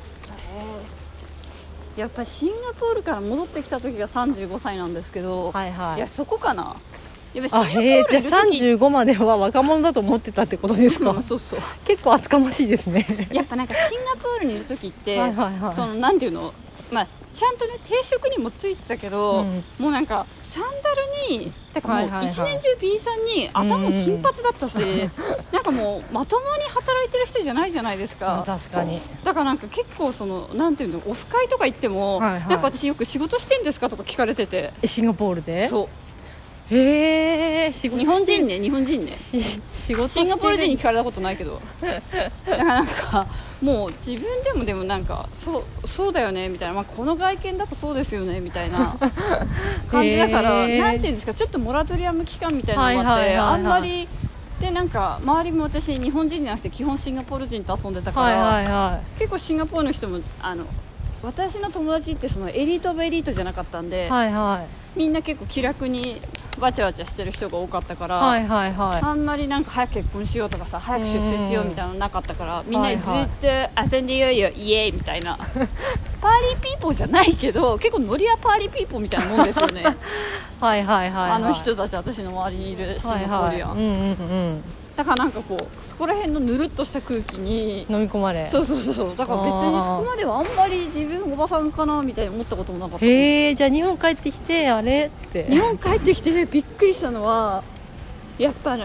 Speaker 1: やっぱりシンガポールから戻ってきた時がさんじゅうごさいなんですけど、はいはい、いやそこかな。やっぱ
Speaker 2: あへえじゃあさんじゅうごまでは若者だと思ってたってことですか？
Speaker 1: そうそう
Speaker 2: 結構厚かましいですね。
Speaker 1: やっぱなんかシンガポールにいる時ってはいはい、はい、そのなんていうの、まあ、ちゃんとね定食にもついてたけど、うん、もうなんかサンダルにだからもう一年中 B さんに頭も金髪だったし、うんうん、なんかもうまともに働いてる人じゃないじゃないですか。
Speaker 2: 確かに。
Speaker 1: だからなんか結構そのなんていうのオフ会とか行っても、はいはい、なんか私よく仕事してんですかとか聞かれてて。
Speaker 2: シンガポールで？
Speaker 1: そう
Speaker 2: へえ日
Speaker 1: 本人ね日本人ね
Speaker 2: 仕事
Speaker 1: シンガポール人に聞かれたことないけどだからなんかもう自分でもでもなんかそうそうだよねみたいな、まあ、この外見だとそうですよねみたいな感じだからなんていうんですかちょっとモラトリアム期間みたいなのがあって、はいはいはいはい、あんまりでなんか周りも私日本人じゃなくて基本シンガポール人と遊んでたから、はいはいはい、結構シンガポールの人もあの私の友達ってそのエリートオブエリートじゃなかったんで、はいはい、みんな結構気楽にわちゃわちゃしてる人が多かったから、はいはいはい、あんまりなんか早く結婚しようとかさ早く出世しようみたいなのなかったからみんなにずっと遊んでよいよイエーイみたいなパーリーピーポーじゃないけど結構ノリアパーリーピーポーみたいなもんですよね
Speaker 2: はいはいはい、はい、
Speaker 1: あの人たち私の周りにいるシンガポールやん、
Speaker 2: はいはい、うんうんうん
Speaker 1: だからなんかこうそこら辺のぬるっとした空気に
Speaker 2: 飲み込まれ
Speaker 1: そうそうそうだから別にそこまではあんまり自分おばさんかなみたいに思ったこともなかった。
Speaker 2: へえじゃあ日本帰ってきてあれって
Speaker 1: 日本帰ってきてびっくりしたのはやっぱり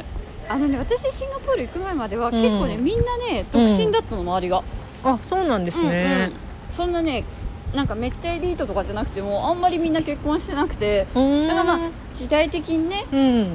Speaker 1: あのね、私シンガポール行く前までは結構ね、うん、みんなね独身だったの、周りが。
Speaker 2: あ、そうなんですね、うんうん、
Speaker 1: そんなねなんかめっちゃエリートとかじゃなくてもあんまりみんな結婚してなくて、だからまあ時代的にね、うん、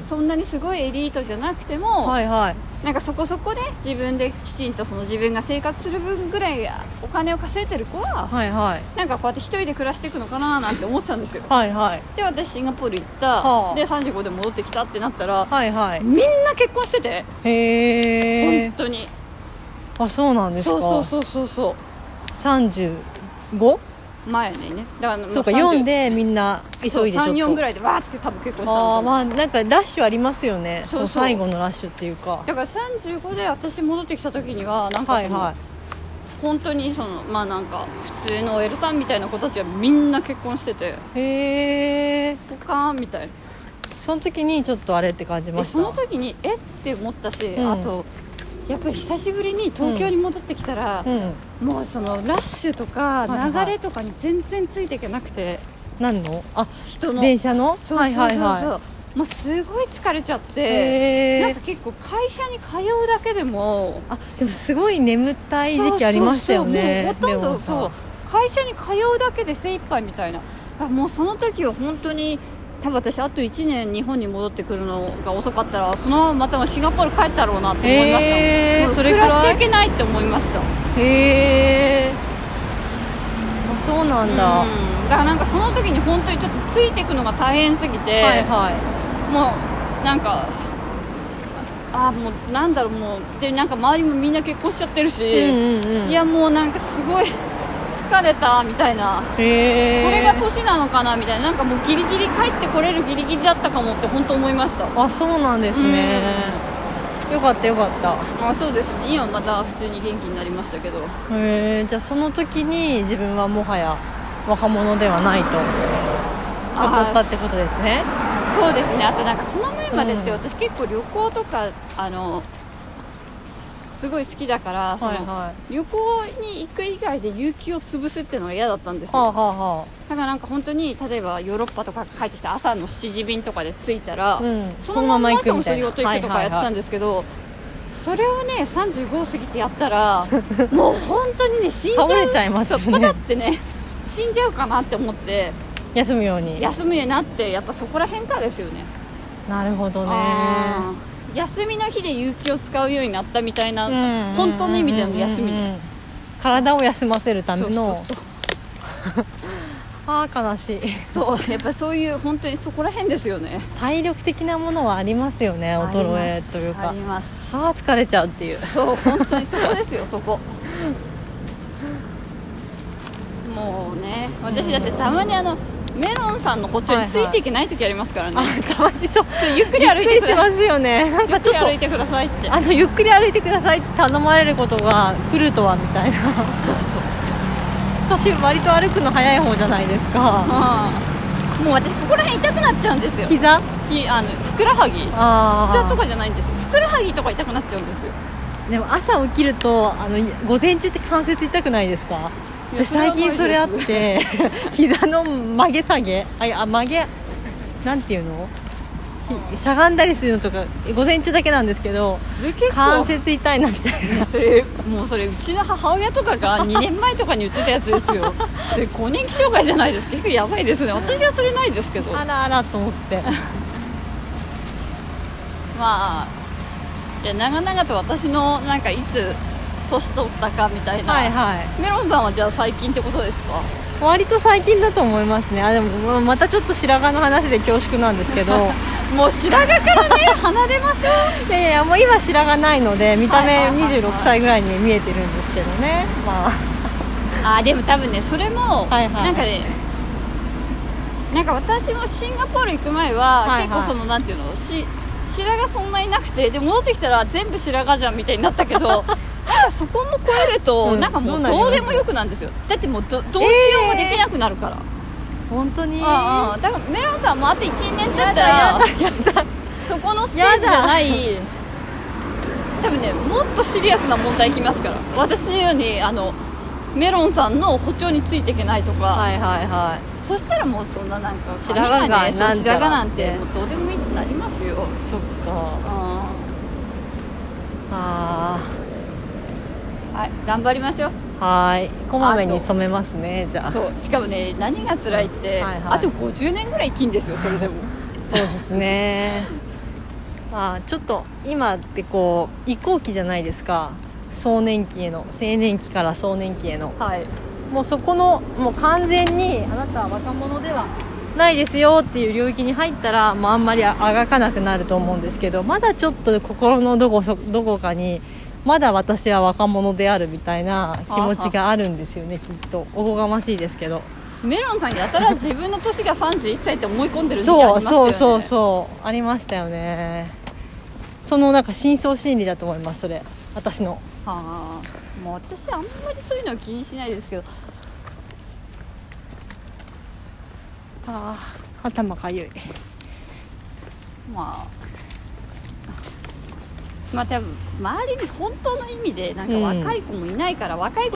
Speaker 1: そんなにすごいエリートじゃなくても、はいはい、なんかそこそこで自分できちんとその自分が生活する分ぐらいお金を稼いでる子は、はいはい、なんかこうやって一人で暮らしていくのかななんて思ってたんですよ。はい、はい、で私シンガポール行った、はあ、でさんじゅうごで戻ってきたってなったら、はいはい、みんな結婚してて、へー、本当に。
Speaker 2: あ、そうなんですか。
Speaker 1: そうそうそうそう、
Speaker 2: さんじゅうご
Speaker 1: 前にね、だから
Speaker 2: そうか、よんでみんな急いでちょっと
Speaker 1: さん、よんぐらいでわーって多分結婚したの。
Speaker 2: あ、まあなんかラッシュありますよね。そうそう、その最後のラッシュっていうか。
Speaker 1: だからさんじゅうごで私戻ってきた時にはなんかその、はいはい、本当にそのまあなんか普通の エル さんみたいな子たちはみんな結婚してて、へー、ポカーンみたいな。
Speaker 2: その時にちょっとあれって感じました。
Speaker 1: その時にえって思ったし、うん、あとやっぱり久しぶりに東京に戻ってきたら、うんうん、もうそのラッシュとか流れとかに全然ついていけなくて、はいはい、
Speaker 2: 何の？あ、人の電車の？
Speaker 1: そうそうそうそう、はいはいはい、もうすごい疲れちゃって、なんか結構会社に通うだけでも、
Speaker 2: あ、でもすごい眠たい時期ありましたよね。
Speaker 1: そうそうそう、もうほとんどそう会社に通うだけで精一杯みたいな。あ、もうその時は本当に多分私あといちねん日本に戻ってくるのが遅かったらそのまままたシンガポール帰ったろうなって思いました。へー、それくらい暮らしていけないって思いました。
Speaker 2: へー、あ、そうなんだ、うん、
Speaker 1: だからなんかその時に本当にちょっとついていくのが大変すぎて、はいはい、もうなんかあ、もうなんだろう、もうでなんか周りもみんな結婚しちゃってるし、うんうんうん、いやもうなんかすごい疲れたみたいな、へー、これが年なのかなみたいな、なんかもうギリギリ帰ってこれるギリギリだったかもって本当思いました。
Speaker 2: あ、そうなんですね、うん、よかったよかった。
Speaker 1: あ、そうですね、今また普通に元気になりましたけど。
Speaker 2: へー、じゃあその時に自分はもはや若者ではないと悟ったってことですね。
Speaker 1: そうですね。あとなんかその前までって私結構旅行とか、うん、あのすごい好きだから、その、はいはい、旅行に行く以外で有給を潰すっていうのが嫌だったんですよ、はあはあ、だからなんか本当に例えばヨーロッパとか帰ってきて朝のしちじ便とかで着いたら、うん、そのまま朝も仕事行くとかやってたんですけど、はいはいはい、それをねさんじゅうご過ぎてやったらもう本当にね死んじゃう、
Speaker 2: 倒れちゃいますよね。
Speaker 1: パタってね死んじゃうかなって思って
Speaker 2: 休むように
Speaker 1: 休むようになって、やっぱそこら辺からですよね。
Speaker 2: なるほどね。
Speaker 1: 休みの日で有給を使うようになったみたいな、うんうんうんうん、本当の意味での休み、うんうん、
Speaker 2: 体を休ませるためのそうそうそうあー悲しい。
Speaker 1: そうやっぱそういう本当にそこら辺ですよね。
Speaker 2: 体力的なものはありますよね、衰えというか。
Speaker 1: あります。
Speaker 2: あー疲れちゃうっていう。
Speaker 1: そう本当にそこですよそこもうね、私だってたまにあのメロンさんの歩調についていけない時ありますからね、はいはい、
Speaker 2: たまにそう
Speaker 1: ゆっくり歩いてください。
Speaker 2: ゆっくりしますよね。なんかちょっと
Speaker 1: ゆっくり歩いてくださいって
Speaker 2: あのゆっくり歩いてくださいって頼まれることが来るとはみたいな。そうそう、私割と歩くの早い方じゃないですか、
Speaker 1: うん、もう私ここら辺痛くなっちゃうんですよ。
Speaker 2: 膝
Speaker 1: ひあのふくらはぎ、あ膝とかじゃないんですよ、ふくらはぎとか痛くなっちゃうんですよ。
Speaker 2: でも朝起きるとあの午前中って関節痛くないですか？私最近それあって膝の曲げ下げああ曲げなんていうの、しゃがんだりするのとか午前中だけなんですけど関節痛いなみたいな。
Speaker 1: それもうそれうちの母親とかがにねんまえとかに言ってたやつですよそれ更年期障害じゃないですか。結構やばいですね。私はそれないですけど
Speaker 2: あらあらと思って
Speaker 1: まあいや長々と私のなんかいつ年取ったかみたいな、はいはい、メロンさんはじゃあ最近ってことですか？
Speaker 2: 割と最近だと思いますね。あでもまたちょっと白髪の話で恐縮なんですけど
Speaker 1: もう白髪からね離れましょう。
Speaker 2: いやいやもう今白髪ないので見た目にじゅうろくさいぐらいに見えてるんですけどね、ま
Speaker 1: ああでも多分ねそれも、はいはい、なんかねなんか私もシンガポール行く前は、はいはい、結構そのなんていうのし白髪そんなになくてで戻ってきたら全部白髪じゃんみたいになったけどなんかそこも超えると、うん、なんかもうどうでもよくなんですよ。だってもう ど, どうしようもできなくなるから、
Speaker 2: えー、本当に
Speaker 1: ああだからメロンさんもあといちねん経ったらそこのステージじゃない多分ねもっとシリアスな問題きますから。私のようにあのメロンさんの歩調についていけないとか、はいはいはい、そしたらもうそんななんか
Speaker 2: 白髪がね
Speaker 1: 白髪なんてもうどうでもいいってなりますよ。
Speaker 2: そっか、 あ
Speaker 1: はい、頑張りましょう。
Speaker 2: はいこまめに染めますね。じゃあ
Speaker 1: そうしかもね何が辛いって、はいはい、あとごじゅうねんぐらい生きんですよそれでも
Speaker 2: そうですねまあちょっと今ってこう移行期じゃないですか。壮年期への青年期から壮年期への、
Speaker 1: はい、
Speaker 2: もうそこのもう完全にあなたは若者ではないですよっていう領域に入ったらもうあんまりあがかなくなると思うんですけど、まだちょっと心のどこそどこかにまだ私は若者であるみたいな気持ちがあるんですよね。きっとおこがましいですけど、
Speaker 1: メロンさんやたら自分の年がさんじゅういっさいって思い込んでる時期ありましたよね。
Speaker 2: そうそうそうそうありましたよね。そのなんか深層心理だと思いますそれ私の。
Speaker 1: はあ、もう私あんまりそういうの気にしないですけど、
Speaker 2: ああ頭かゆい。
Speaker 1: まあまあ多分周りに本当の意味でなんか若い子もいないから、うん、若い子